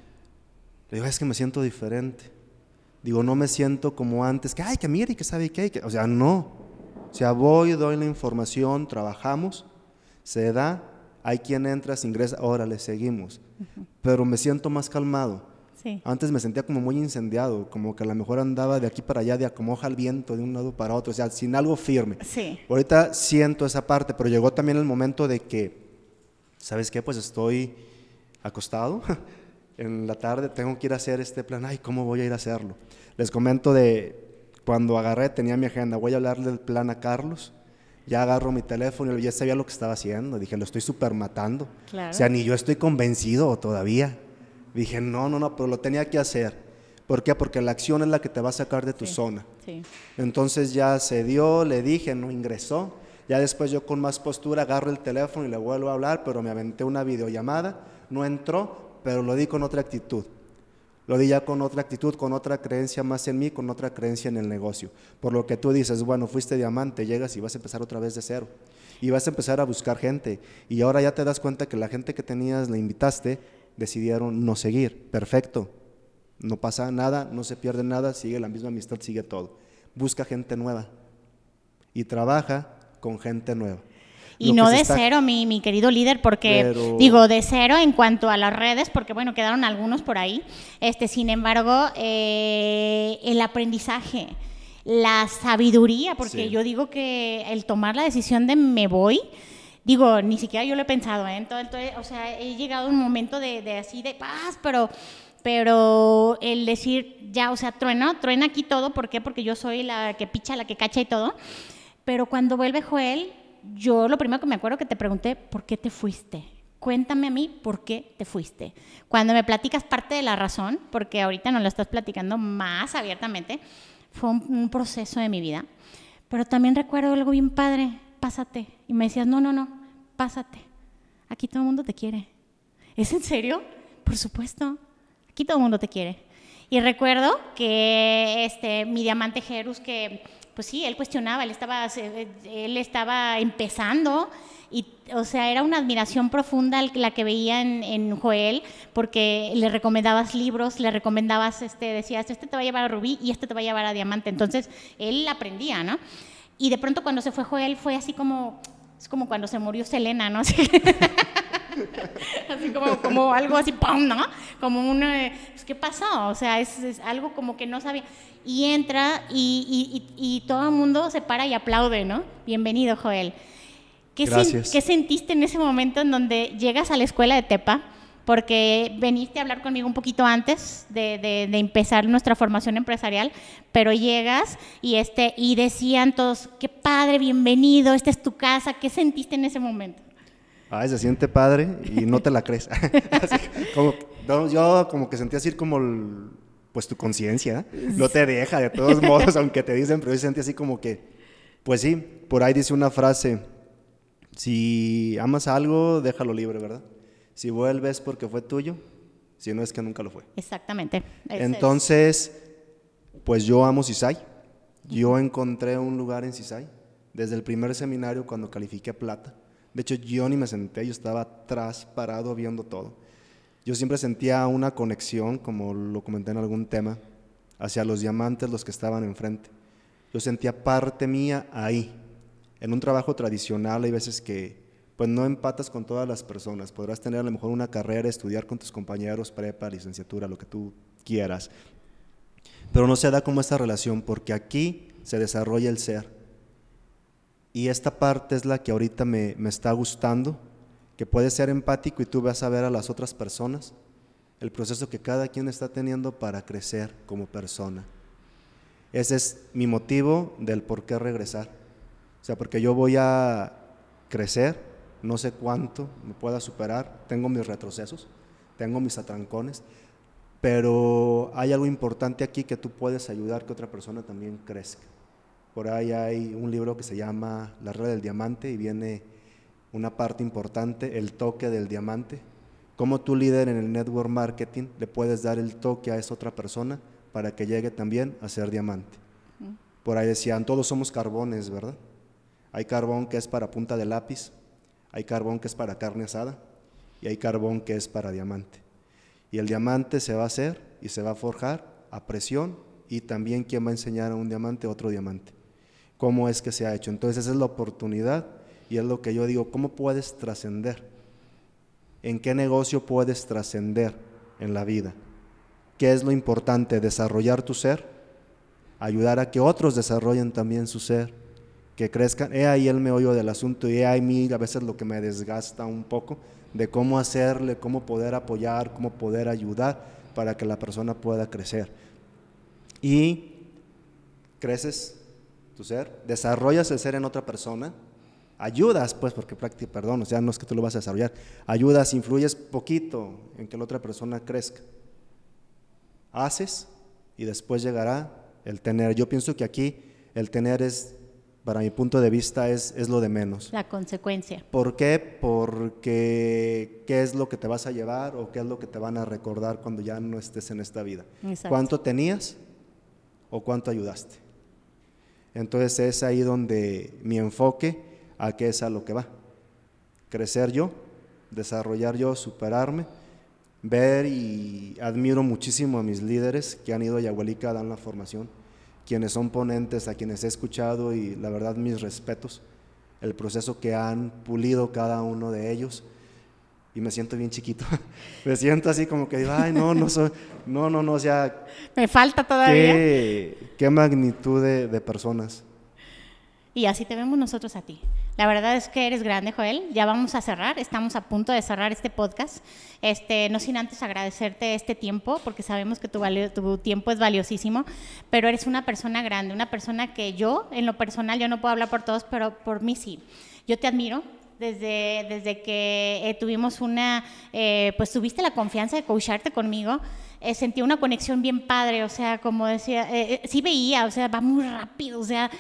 le digo, es que me siento diferente. Digo, no me siento como antes, que ay, que mire, que sabe qué, o sea, no. O sea, voy, doy la información, trabajamos, se da, hay quien entra, se ingresa, órale, seguimos. Pero me siento más calmado. Sí. Antes me sentía como muy incendiado, como que a lo mejor andaba de aquí para allá, de como hoja al viento, de un lado para otro, o sea, sin algo firme. Sí. Ahorita siento esa parte, pero llegó también el momento de que, ¿sabes qué? Pues estoy acostado en la tarde, tengo que ir a hacer este plan, ay, ¿cómo voy a ir a hacerlo? Les comento de cuando agarré, tenía mi agenda, voy a hablarle del plan a Carlos, ya agarro mi teléfono y ya sabía lo que estaba haciendo, dije, lo estoy súper matando. Claro. O sea, ni yo estoy convencido todavía. Dije, no, pero lo tenía que hacer. ¿Por qué? Porque la acción es la que te va a sacar de tu zona. Sí. Entonces ya se dio, le dije, no ingresó. Ya después yo con más postura agarro el teléfono y le vuelvo a hablar, pero me aventé una videollamada, no entró, pero lo di con otra actitud. Lo di ya con otra actitud, con otra creencia más en mí, con otra creencia en el negocio. Por lo que tú dices, bueno, fuiste diamante, llegas y vas a empezar otra vez de cero. Y vas a empezar a buscar gente. Y ahora ya te das cuenta que la gente que tenías, la invitaste, decidieron no seguir. Perfecto. No pasa nada, no se pierde nada, sigue la misma amistad, sigue todo. Busca gente nueva. Y trabaja con gente nueva. Y no de cero, mi querido líder, porque digo, de cero en cuanto a las redes, porque bueno, quedaron algunos por ahí. Sin embargo, el aprendizaje, la sabiduría, porque yo digo que el tomar la decisión de me voy, digo, ni siquiera yo lo he pensado, entonces, o sea, he llegado a un momento de así de paz, pero el decir ya, o sea, truena aquí todo, ¿por qué? Porque yo soy la que picha, la que cacha y todo, pero cuando vuelve Joel, yo lo primero que me acuerdo que te pregunté, ¿por qué te fuiste? Cuéntame a mí por qué te fuiste. Cuando me platicas parte de la razón, porque ahorita nos lo estás platicando más abiertamente, fue un proceso de mi vida, pero también recuerdo algo bien padre, pásate. Y me decías, no, pásate. Aquí todo el mundo te quiere. ¿Es en serio? Por supuesto. Aquí todo el mundo te quiere. Y recuerdo que mi diamante Jerus, que pues sí, él cuestionaba, él estaba empezando, y, o sea, era una admiración profunda la que veía en Joel, porque le recomendabas libros, le recomendabas, decías, te va a llevar a Rubí y te va a llevar a Diamante. Entonces, él aprendía, ¿no? Y de pronto cuando se fue Joel fue así como, es como cuando se murió Selena, ¿no? Así como algo así, ¡pum!, ¿no? Como una, pues, ¿qué pasó? O sea, es algo como que no sabía. Y entra y todo el mundo se para y aplaude, ¿no? Bienvenido, Joel. Gracias. ¿Qué sentiste en ese momento en donde llegas a la escuela de Tepa? Porque veniste a hablar conmigo un poquito antes de empezar nuestra formación empresarial, pero llegas y decían todos, qué padre, bienvenido, esta es tu casa. ¿Qué sentiste en ese momento? Ay, se siente padre y no te la crees. Yo como que sentí así como pues tu conciencia no te deja de todos modos, aunque te dicen, pero yo sentí así como que, pues sí, por ahí dice una frase, si amas algo, déjalo libre, ¿verdad? Si vuelves porque fue tuyo, si no es que nunca lo fue. Exactamente. Entonces, pues yo amo CISAI. Yo encontré un lugar en CISAI desde el primer seminario cuando califiqué plata. De hecho, yo ni me senté, yo estaba atrás, parado, viendo todo. Yo siempre sentía una conexión, como lo comenté en algún tema, hacia los diamantes, los que estaban enfrente. Yo sentía parte mía ahí. En un trabajo tradicional hay veces que pues no empatas con todas las personas. Podrás tener a lo mejor una carrera, estudiar con tus compañeros, prepa, licenciatura, lo que tú quieras. Pero no se da como esta relación, porque aquí se desarrolla el ser. Y esta parte es la que ahorita me está gustando, que puedes ser empático y tú vas a ver a las otras personas, el proceso que cada quien está teniendo para crecer como persona. Ese es mi motivo del por qué regresar. O sea, porque yo voy a crecer, no sé cuánto me pueda superar, tengo mis retrocesos, tengo mis atrancones, pero hay algo importante aquí que tú puedes ayudar que otra persona también crezca. Por ahí hay un libro que se llama La Regla del Diamante y viene una parte importante, el toque del diamante. Cómo tú, líder en el network marketing, le puedes dar el toque a esa otra persona para que llegue también a ser diamante. Por ahí decían, todos somos carbones, ¿verdad? Hay carbón que es para punta de lápiz, hay carbón que es para carne asada y hay carbón que es para diamante. Y el diamante se va a hacer y se va a forjar a presión, y también quién va a enseñar a un diamante otro diamante. ¿Cómo es que se ha hecho? Entonces esa es la oportunidad y es lo que yo digo, ¿cómo puedes trascender? ¿En qué negocio puedes trascender en la vida? ¿Qué es lo importante? Desarrollar tu ser, ayudar a que otros desarrollen también su ser, que crezcan. He ahí el meollo del asunto y he ahí a veces lo que me desgasta un poco de cómo hacerle, cómo poder apoyar, cómo poder ayudar para que la persona pueda crecer. Y creces tu ser, desarrollas el ser en otra persona, ayudas, pues, porque o sea, no es que tú lo vas a desarrollar, ayudas, influyes poquito en que la otra persona crezca. Haces y después llegará el tener. Yo pienso que aquí el tener es, para mi punto de vista, es lo de menos. La consecuencia. ¿Por qué? Porque ¿qué es lo que te vas a llevar o qué es lo que te van a recordar cuando ya no estés en esta vida? Exacto. ¿Cuánto tenías o cuánto ayudaste? Entonces es ahí donde mi enfoque a qué es a lo que va. Crecer yo, desarrollar yo, superarme, ver, y admiro muchísimo a mis líderes que han ido a Yahualica a dar la formación, quienes son ponentes, a quienes he escuchado, y la verdad mis respetos, el proceso que han pulido cada uno de ellos, y me siento bien chiquito, me siento así como que digo, ay, no, o sea, me falta todavía. Qué magnitud de personas. Y así te vemos nosotros a ti. La verdad es que eres grande, Joel. Ya vamos a cerrar, estamos a punto de cerrar este podcast. No sin antes agradecerte este tiempo, porque sabemos que tu tiempo es valiosísimo, pero eres una persona grande, una persona que yo, en lo personal, yo no puedo hablar por todos, pero por mí sí. Yo te admiro. Desde que tuvimos pues tuviste la confianza de coacharte conmigo, sentí una conexión bien padre, o sea, como decía, sí veía, o sea, va muy rápido, o sea,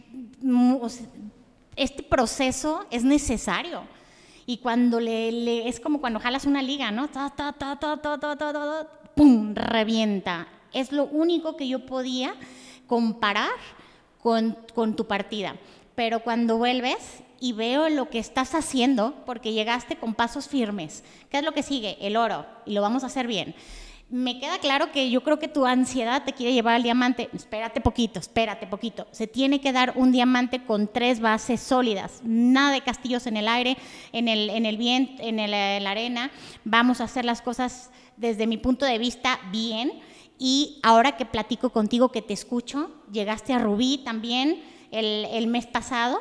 este proceso es necesario. Y cuando es como cuando jalas una liga, ¿no? ¡Pum! Revienta. Es lo único que yo podía comparar con tu partida. Pero cuando vuelves y veo lo que estás haciendo, porque llegaste con pasos firmes, ¿qué es lo que sigue? El oro, y lo vamos a hacer bien. Me queda claro que yo creo que tu ansiedad te quiere llevar al diamante. Espérate poquito. Se tiene que dar un diamante con 3 bases sólidas. Nada de castillos en el aire, en el viento, en la arena. Vamos a hacer las cosas desde mi punto de vista bien. Y ahora que platico contigo, que te escucho, llegaste a Rubí también el mes pasado.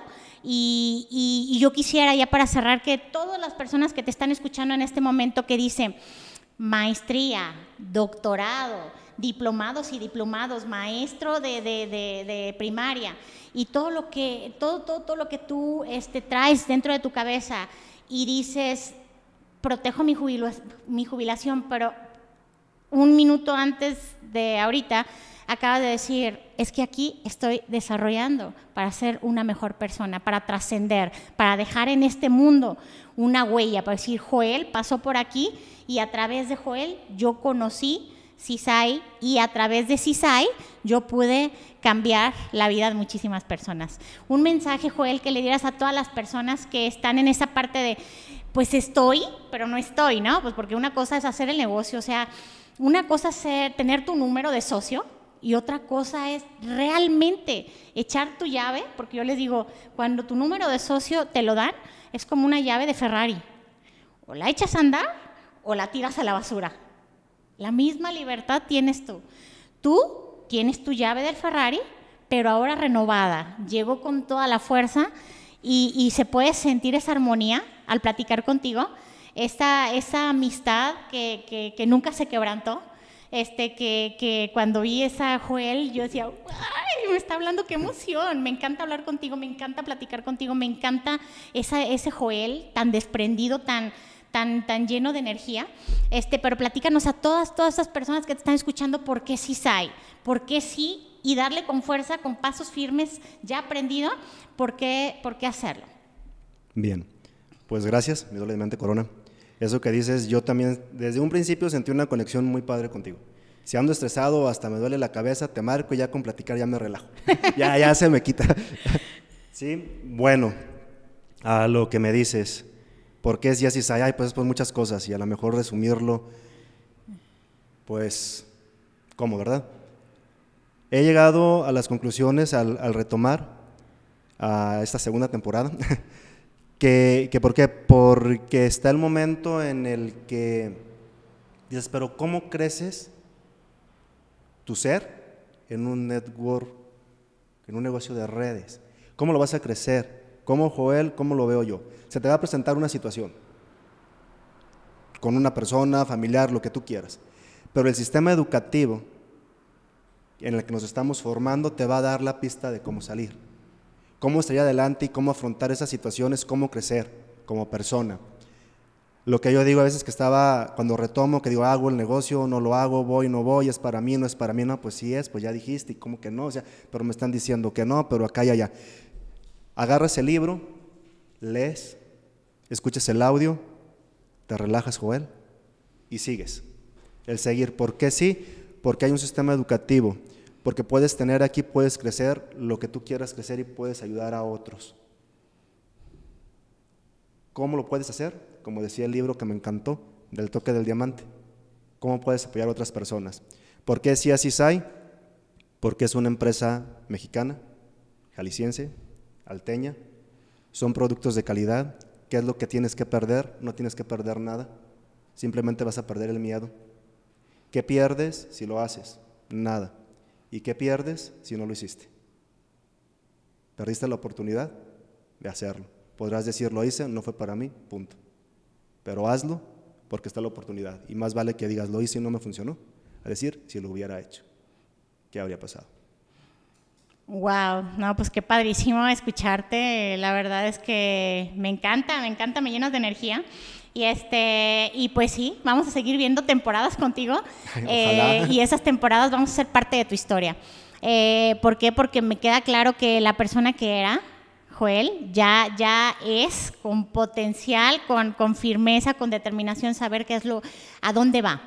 Y yo quisiera, ya para cerrar, que todas las personas que te están escuchando en este momento que dicen maestría, doctorado, diplomados y diplomados, maestro de primaria y todo lo que tú traes dentro de tu cabeza y dices, protejo mi jubilación, pero un minuto antes de ahorita acabas de decir, es que aquí estoy desarrollando para ser una mejor persona, para trascender, para dejar en este mundo una huella, para decir, Joel pasó por aquí y a través de Joel yo conocí CISAI y a través de CISAI yo pude cambiar la vida de muchísimas personas. Un mensaje, Joel, que le dieras a todas las personas que están en esa parte de, pues estoy, pero no estoy, ¿no? Pues porque una cosa es hacer el negocio, o sea, una cosa es tener tu número de socio y otra cosa es realmente echar tu llave, porque yo les digo, cuando tu número de socio te lo dan, es como una llave de Ferrari. O la echas a andar o la tiras a la basura. La misma libertad tienes tú. Tú tienes tu llave del Ferrari, pero ahora renovada. Llegó con toda la fuerza y se puede sentir esa armonía al platicar contigo, esa amistad que nunca se quebrantó. Que cuando vi esa Joel, yo decía, ¡ay! Me está hablando, qué emoción, me encanta hablar contigo, me encanta platicar contigo, me encanta ese Joel tan desprendido, tan lleno de energía. Pero platícanos a todas esas personas que te están escuchando, ¿por qué CISAI? ¿Por qué sí? Y darle con fuerza, con pasos firmes, ya aprendido, ¿por qué hacerlo? Bien, pues gracias, mi doble de mente Corona. Eso que dices, yo también desde un principio sentí una conexión muy padre contigo. Si ando estresado, hasta me duele la cabeza, te marco y ya con platicar ya me relajo. ya se me quita. Sí, bueno, a lo que me dices, ¿por qué es ya CISAI? Pues muchas cosas y a lo mejor resumirlo, pues, ¿cómo, verdad? He llegado a las conclusiones al retomar a esta segunda temporada. ¿Por qué? Porque está el momento en el que dices, pero ¿cómo creces tu ser en un network, en un negocio de redes? ¿Cómo lo vas a crecer? ¿Cómo, Joel? ¿Cómo lo veo yo? Se te va a presentar una situación con una persona, familiar, lo que tú quieras, pero el sistema educativo en el que nos estamos formando te va a dar la pista de cómo salir, cómo salir adelante y cómo afrontar esas situaciones, cómo crecer como persona. Lo que yo digo a veces que cuando retomo, que digo, hago el negocio, no lo hago, voy, no voy, es para mí, no es para mí, no, pues sí es, pues ya dijiste, y cómo que no, o sea, pero me están diciendo que no, pero acá y allá. Agarras el libro, lees, escuchas el audio, te relajas, Joel, y sigues. El seguir, ¿por qué sí? Porque hay un sistema educativo, porque puedes tener aquí, puedes crecer lo que tú quieras crecer y puedes ayudar a otros. ¿Cómo lo puedes hacer? Como decía el libro que me encantó, del toque del diamante. ¿Cómo puedes apoyar a otras personas? ¿Por qué sí a CISAI? Porque es una empresa mexicana, jalisciense, alteña. Son productos de calidad. ¿Qué es lo que tienes que perder? No tienes que perder nada. Simplemente vas a perder el miedo. ¿Qué pierdes si lo haces? Nada. ¿Y qué pierdes si no lo hiciste? Perdiste la oportunidad de hacerlo. Podrás decir, lo hice, no fue para mí, punto. Pero hazlo porque está la oportunidad. Y más vale que digas, lo hice y no me funcionó. A decir, si lo hubiera hecho, ¿qué habría pasado? Wow, no, pues qué padrísimo escucharte. La verdad es que me encanta, me llenas de energía. Y pues sí, vamos a seguir viendo temporadas contigo. Ojalá. Y esas temporadas vamos a ser parte de tu historia. ¿Por qué? Porque me queda claro que la persona que era Joel ya es con potencial, con firmeza, con determinación, saber qué es a dónde va.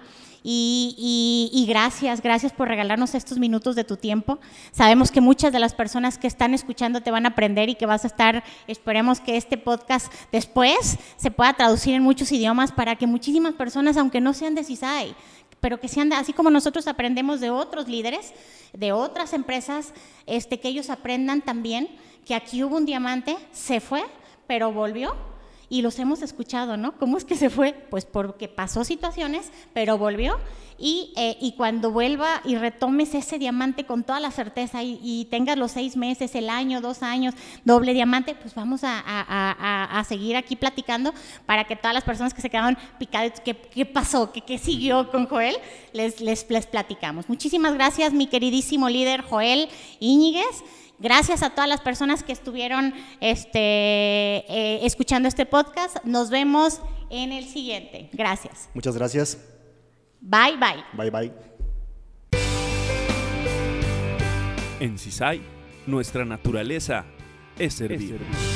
y gracias por regalarnos estos minutos de tu tiempo. Sabemos que muchas de las personas que están escuchando te van a aprender y que vas a estar, esperemos que este podcast después se pueda traducir en muchos idiomas para que muchísimas personas, aunque no sean de CISAI, pero que sean, así como nosotros aprendemos de otros líderes, de otras empresas, que ellos aprendan también que aquí hubo un diamante, se fue, pero volvió y los hemos escuchado, ¿no? ¿Cómo es que se fue? Pues porque pasó situaciones, pero volvió y cuando vuelva y retomes ese diamante con toda la certeza y tengas los 6 meses, el año, 2 años, doble diamante, pues vamos a seguir aquí platicando para que todas las personas que se quedaron picadas, ¿qué pasó? ¿Qué siguió con Joel? Les platicamos. Muchísimas gracias, mi queridísimo líder Joel Íñiguez. Gracias a todas las personas que estuvieron escuchando este podcast. Nos vemos en el siguiente. Gracias. Muchas gracias. Bye, bye. Bye, bye. En CISAI, nuestra naturaleza es servir.